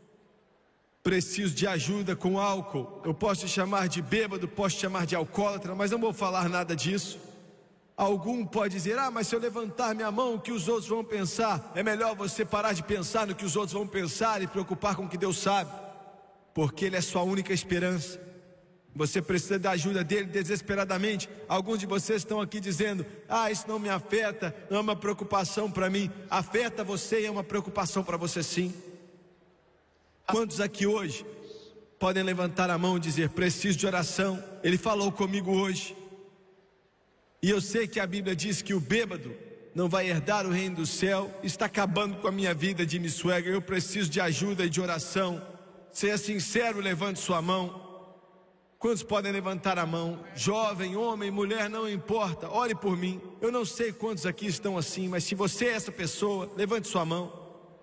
preciso de ajuda com álcool, eu posso te chamar de bêbado, posso te chamar de alcoólatra, mas não vou falar nada disso. Algum pode dizer: ah, mas se eu levantar minha mão, o que os outros vão pensar? É melhor você parar de pensar no que os outros vão pensar e preocupar com o que Deus sabe, porque Ele é sua única esperança. Você precisa da ajuda dele desesperadamente. Alguns de vocês estão aqui dizendo: ah, isso não me afeta, não é uma preocupação para mim. Afeta você e é uma preocupação para você sim. Quantos aqui hoje podem levantar a mão e dizer: preciso de oração, Ele falou comigo hoje? E eu sei que a Bíblia diz que o bêbado não vai herdar o reino do céu. Está acabando com a minha vida, Jimmy Swaggart. Eu preciso de ajuda e de oração. Seja sincero, levante sua mão. Quantos podem levantar a mão? Jovem, homem, mulher, não importa, ore por mim. Eu não sei quantos aqui estão assim, mas se você é essa pessoa, levante sua mão.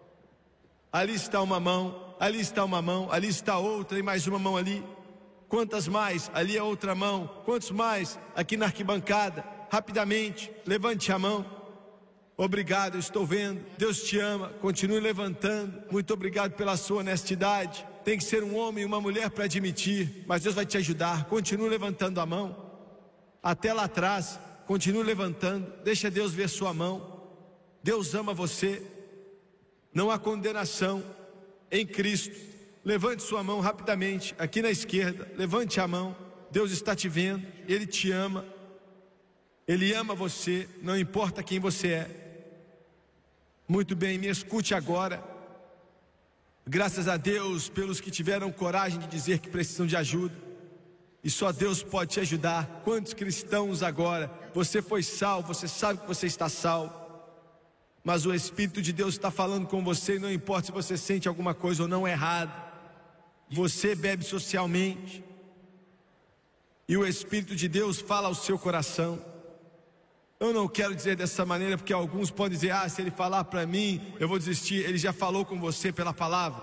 Ali está uma mão, ali está uma mão, ali está outra e mais uma mão ali. Quantas mais? Ali é outra mão. Quantos mais? Aqui na arquibancada. Rapidamente, levante a mão. Obrigado, eu estou vendo. Deus te ama, continue levantando. Muito obrigado pela sua honestidade. Tem que ser um homem e uma mulher para admitir, mas Deus vai te ajudar. Continue levantando a mão. Até lá atrás, continue levantando. Deixa Deus ver sua mão. Deus ama você. Não há condenação em Cristo. Levante sua mão rapidamente, aqui na esquerda. Levante a mão. Deus está te vendo, Ele te ama. Ele ama você, não importa quem você é. Muito bem, me escute agora. Graças a Deus pelos que tiveram coragem de dizer que precisam de ajuda. E só Deus pode te ajudar. Quantos cristãos agora, você foi salvo, você sabe que você está salvo, mas o Espírito de Deus está falando com você, e não importa se você sente alguma coisa ou não errado. Você bebe socialmente, e o Espírito de Deus fala ao seu coração. Eu não quero dizer dessa maneira, porque alguns podem dizer: ah, se ele falar para mim, eu vou desistir. Ele já falou com você pela palavra.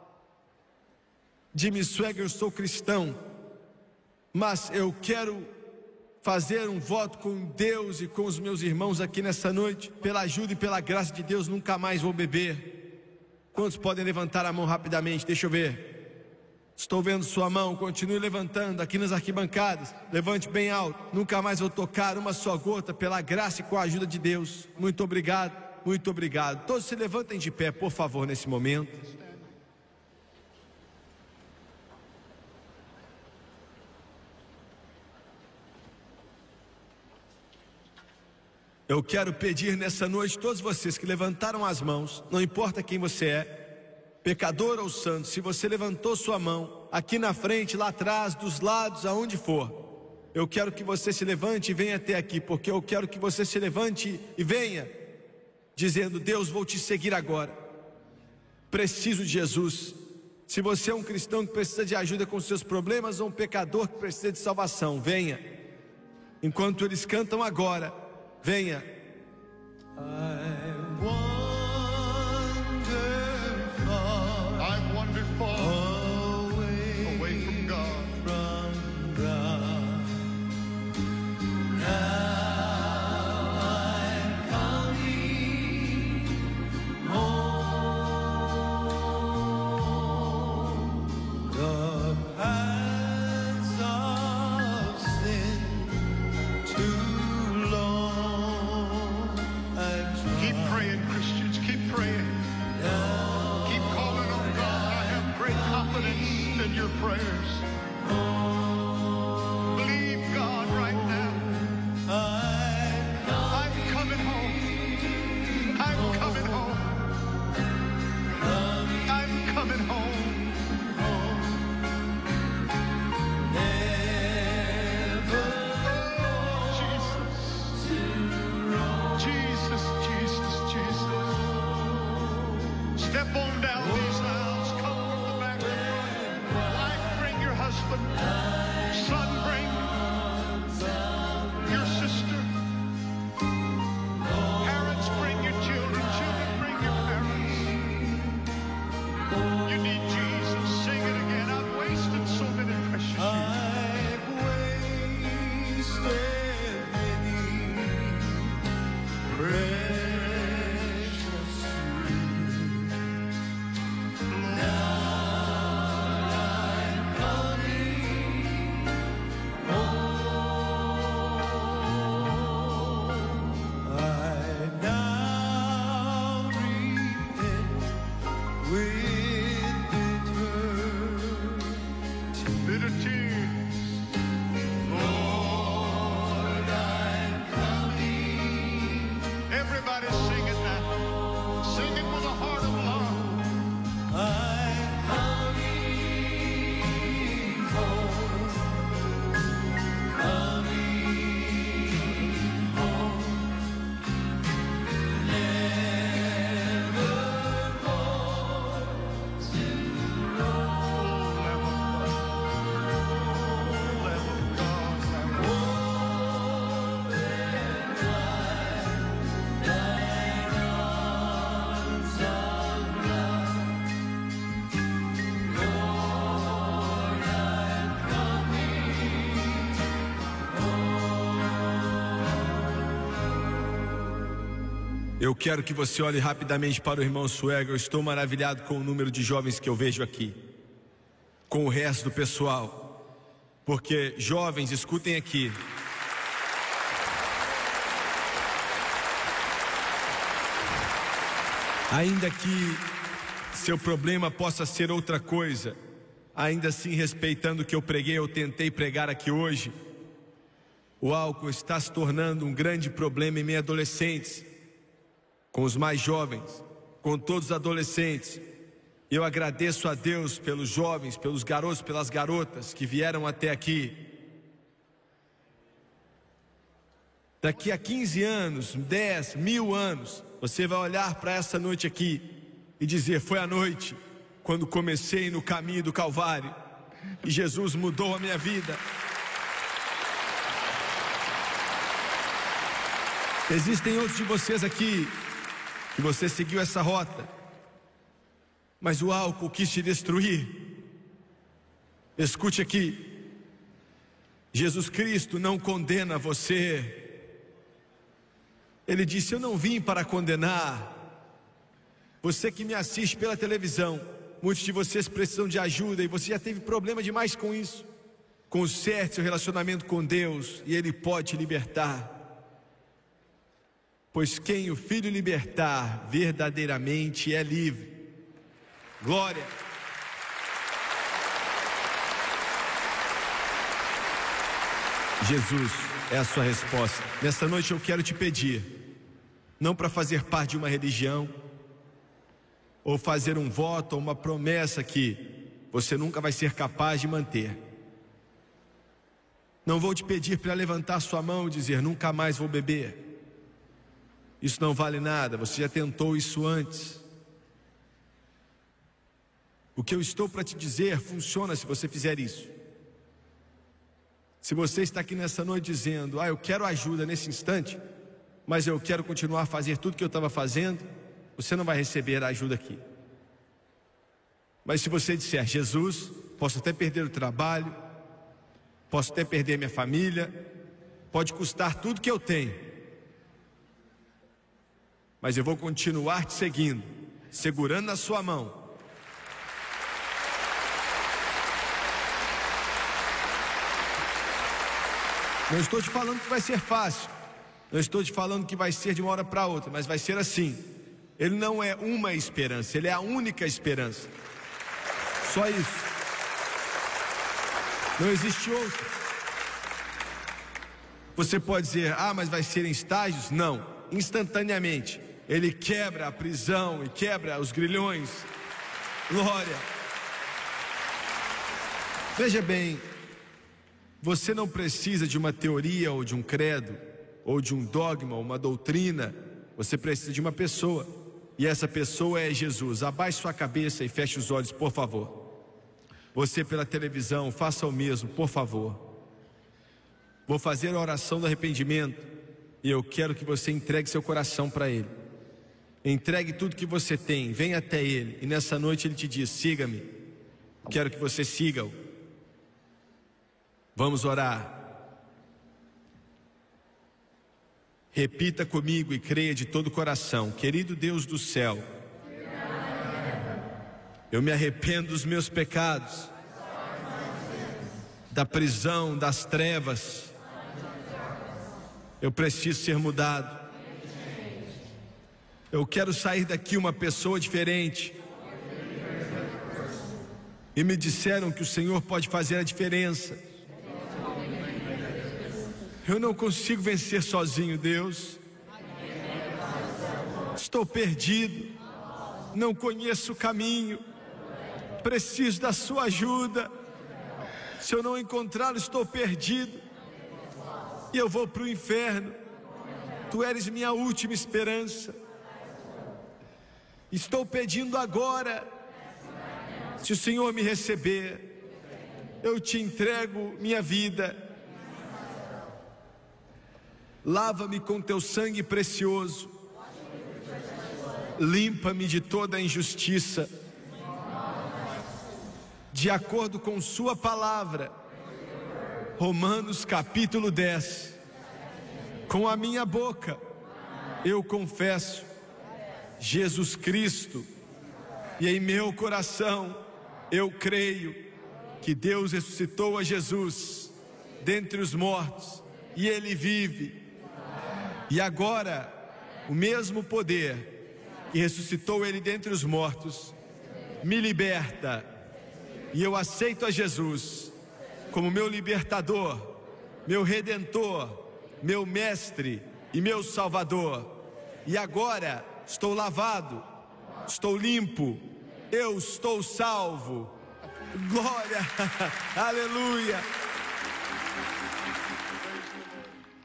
Jimmy Swaggart, eu sou cristão, mas eu quero fazer um voto com Deus e com os meus irmãos aqui nessa noite. Pela ajuda e pela graça de Deus, nunca mais vou beber. Quantos podem levantar a mão rapidamente? Deixa eu ver. Estou vendo sua mão, continue levantando aqui nas arquibancadas. Levante bem alto. Nunca mais vou tocar uma só gota, pela graça e com a ajuda de Deus. Muito obrigado, muito obrigado. Todos se levantem de pé, por favor, nesse momento. Eu quero pedir nessa noite, todos vocês que levantaram as mãos, não importa quem você é, pecador ou santo, se você levantou sua mão, aqui na frente, lá atrás, dos lados, aonde for, eu quero que você se levante e venha até aqui, porque eu quero que você se levante e venha, dizendo: Deus, vou te seguir agora, preciso de Jesus. Se você é um cristão que precisa de ajuda com seus problemas, ou um pecador que precisa de salvação, venha, enquanto eles cantam agora, venha. Too long I've the tears. Lord, I'm coming. Everybody sing it now. Sing it with a heart of love. I'm coming home. Coming home. Eu quero que você olhe rapidamente para o irmão Swagger. Eu estou maravilhado com o número de jovens que eu vejo aqui, com o resto do pessoal, porque jovens, escutem aqui. Ainda que seu problema possa ser outra coisa, ainda assim respeitando o que eu preguei, eu tentei pregar aqui hoje, o álcool está se tornando um grande problema em meio a adolescentes, com os mais jovens, com todos os adolescentes. Eu agradeço a Deus pelos jovens, pelos garotos, pelas garotas que vieram até aqui. Daqui a quinze anos, dez, mil anos, você vai olhar para essa noite aqui e dizer: foi a noite quando comecei no caminho do Calvário e Jesus mudou a minha vida. Existem outros de vocês aqui que você seguiu essa rota, mas o álcool quis te destruir. Escute aqui, Jesus Cristo não condena você. Ele disse: eu não vim para condenar. Você que me assiste pela televisão, muitos de vocês precisam de ajuda e você já teve problema demais com isso. Conserte seu relacionamento com Deus e Ele pode te libertar. Pois quem o Filho libertar verdadeiramente é livre. Glória. Jesus é a sua resposta. Nessa noite eu quero te pedir, não para fazer parte de uma religião, ou fazer um voto ou uma promessa que você nunca vai ser capaz de manter. Não vou te pedir para levantar sua mão e dizer: nunca mais vou beber. Isso não vale nada, você já tentou isso antes. O que eu estou para te dizer funciona se você fizer isso. Se você está aqui nessa noite dizendo: ah, eu quero ajuda nesse instante, mas eu quero continuar a fazer tudo que eu estava fazendo, você não vai receber a ajuda aqui. Mas se você disser: Jesus, posso até perder o trabalho, posso até perder minha família, pode custar tudo que eu tenho, mas eu vou continuar te seguindo, segurando na sua mão. Não estou te falando que vai ser fácil, não estou te falando que vai ser de uma hora para outra, mas vai ser assim. Ele não é uma esperança, Ele é a única esperança. Só isso. Não existe outra. Você pode dizer: ah, mas vai ser em estágios? Não, instantaneamente. Ele quebra a prisão e quebra os grilhões. Glória. Veja bem, você não precisa de uma teoria ou de um credo, ou de um dogma, ou uma doutrina. Você precisa de uma pessoa, e essa pessoa é Jesus. Abaixe sua cabeça e feche os olhos, por favor. Você pela televisão, faça o mesmo, por favor. Vou fazer a oração do arrependimento, e eu quero que você entregue seu coração para Ele. Entregue tudo que você tem, venha até Ele, e nessa noite Ele te diz: siga-me. Quero que você siga-o. Vamos orar. Repita comigo e creia de todo o coração: querido Deus do céu, eu me arrependo dos meus pecados, da prisão, das trevas. Eu preciso ser mudado. Eu quero sair daqui uma pessoa diferente. e me disseram que o Senhor pode fazer a diferença. Eu não consigo vencer sozinho, Deus. Estou perdido, não conheço o caminho, preciso da sua ajuda. Se eu não encontrá-lo, estou perdido e eu vou para o inferno. Tu eres minha última esperança. Estou pedindo agora, se o Senhor me receber, eu te entrego minha vida. Lava-me com teu sangue precioso, limpa-me de toda a injustiça, de acordo com sua palavra. Romanos capítulo dez. Com a minha boca eu confesso Jesus Cristo, e em meu coração eu creio que Deus ressuscitou a Jesus dentre os mortos, e Ele vive. E agora o mesmo poder que ressuscitou Ele dentre os mortos me liberta, e eu aceito a Jesus como meu libertador, meu redentor, meu mestre e meu salvador. E agora estou lavado, estou limpo, eu estou salvo. Glória, aleluia.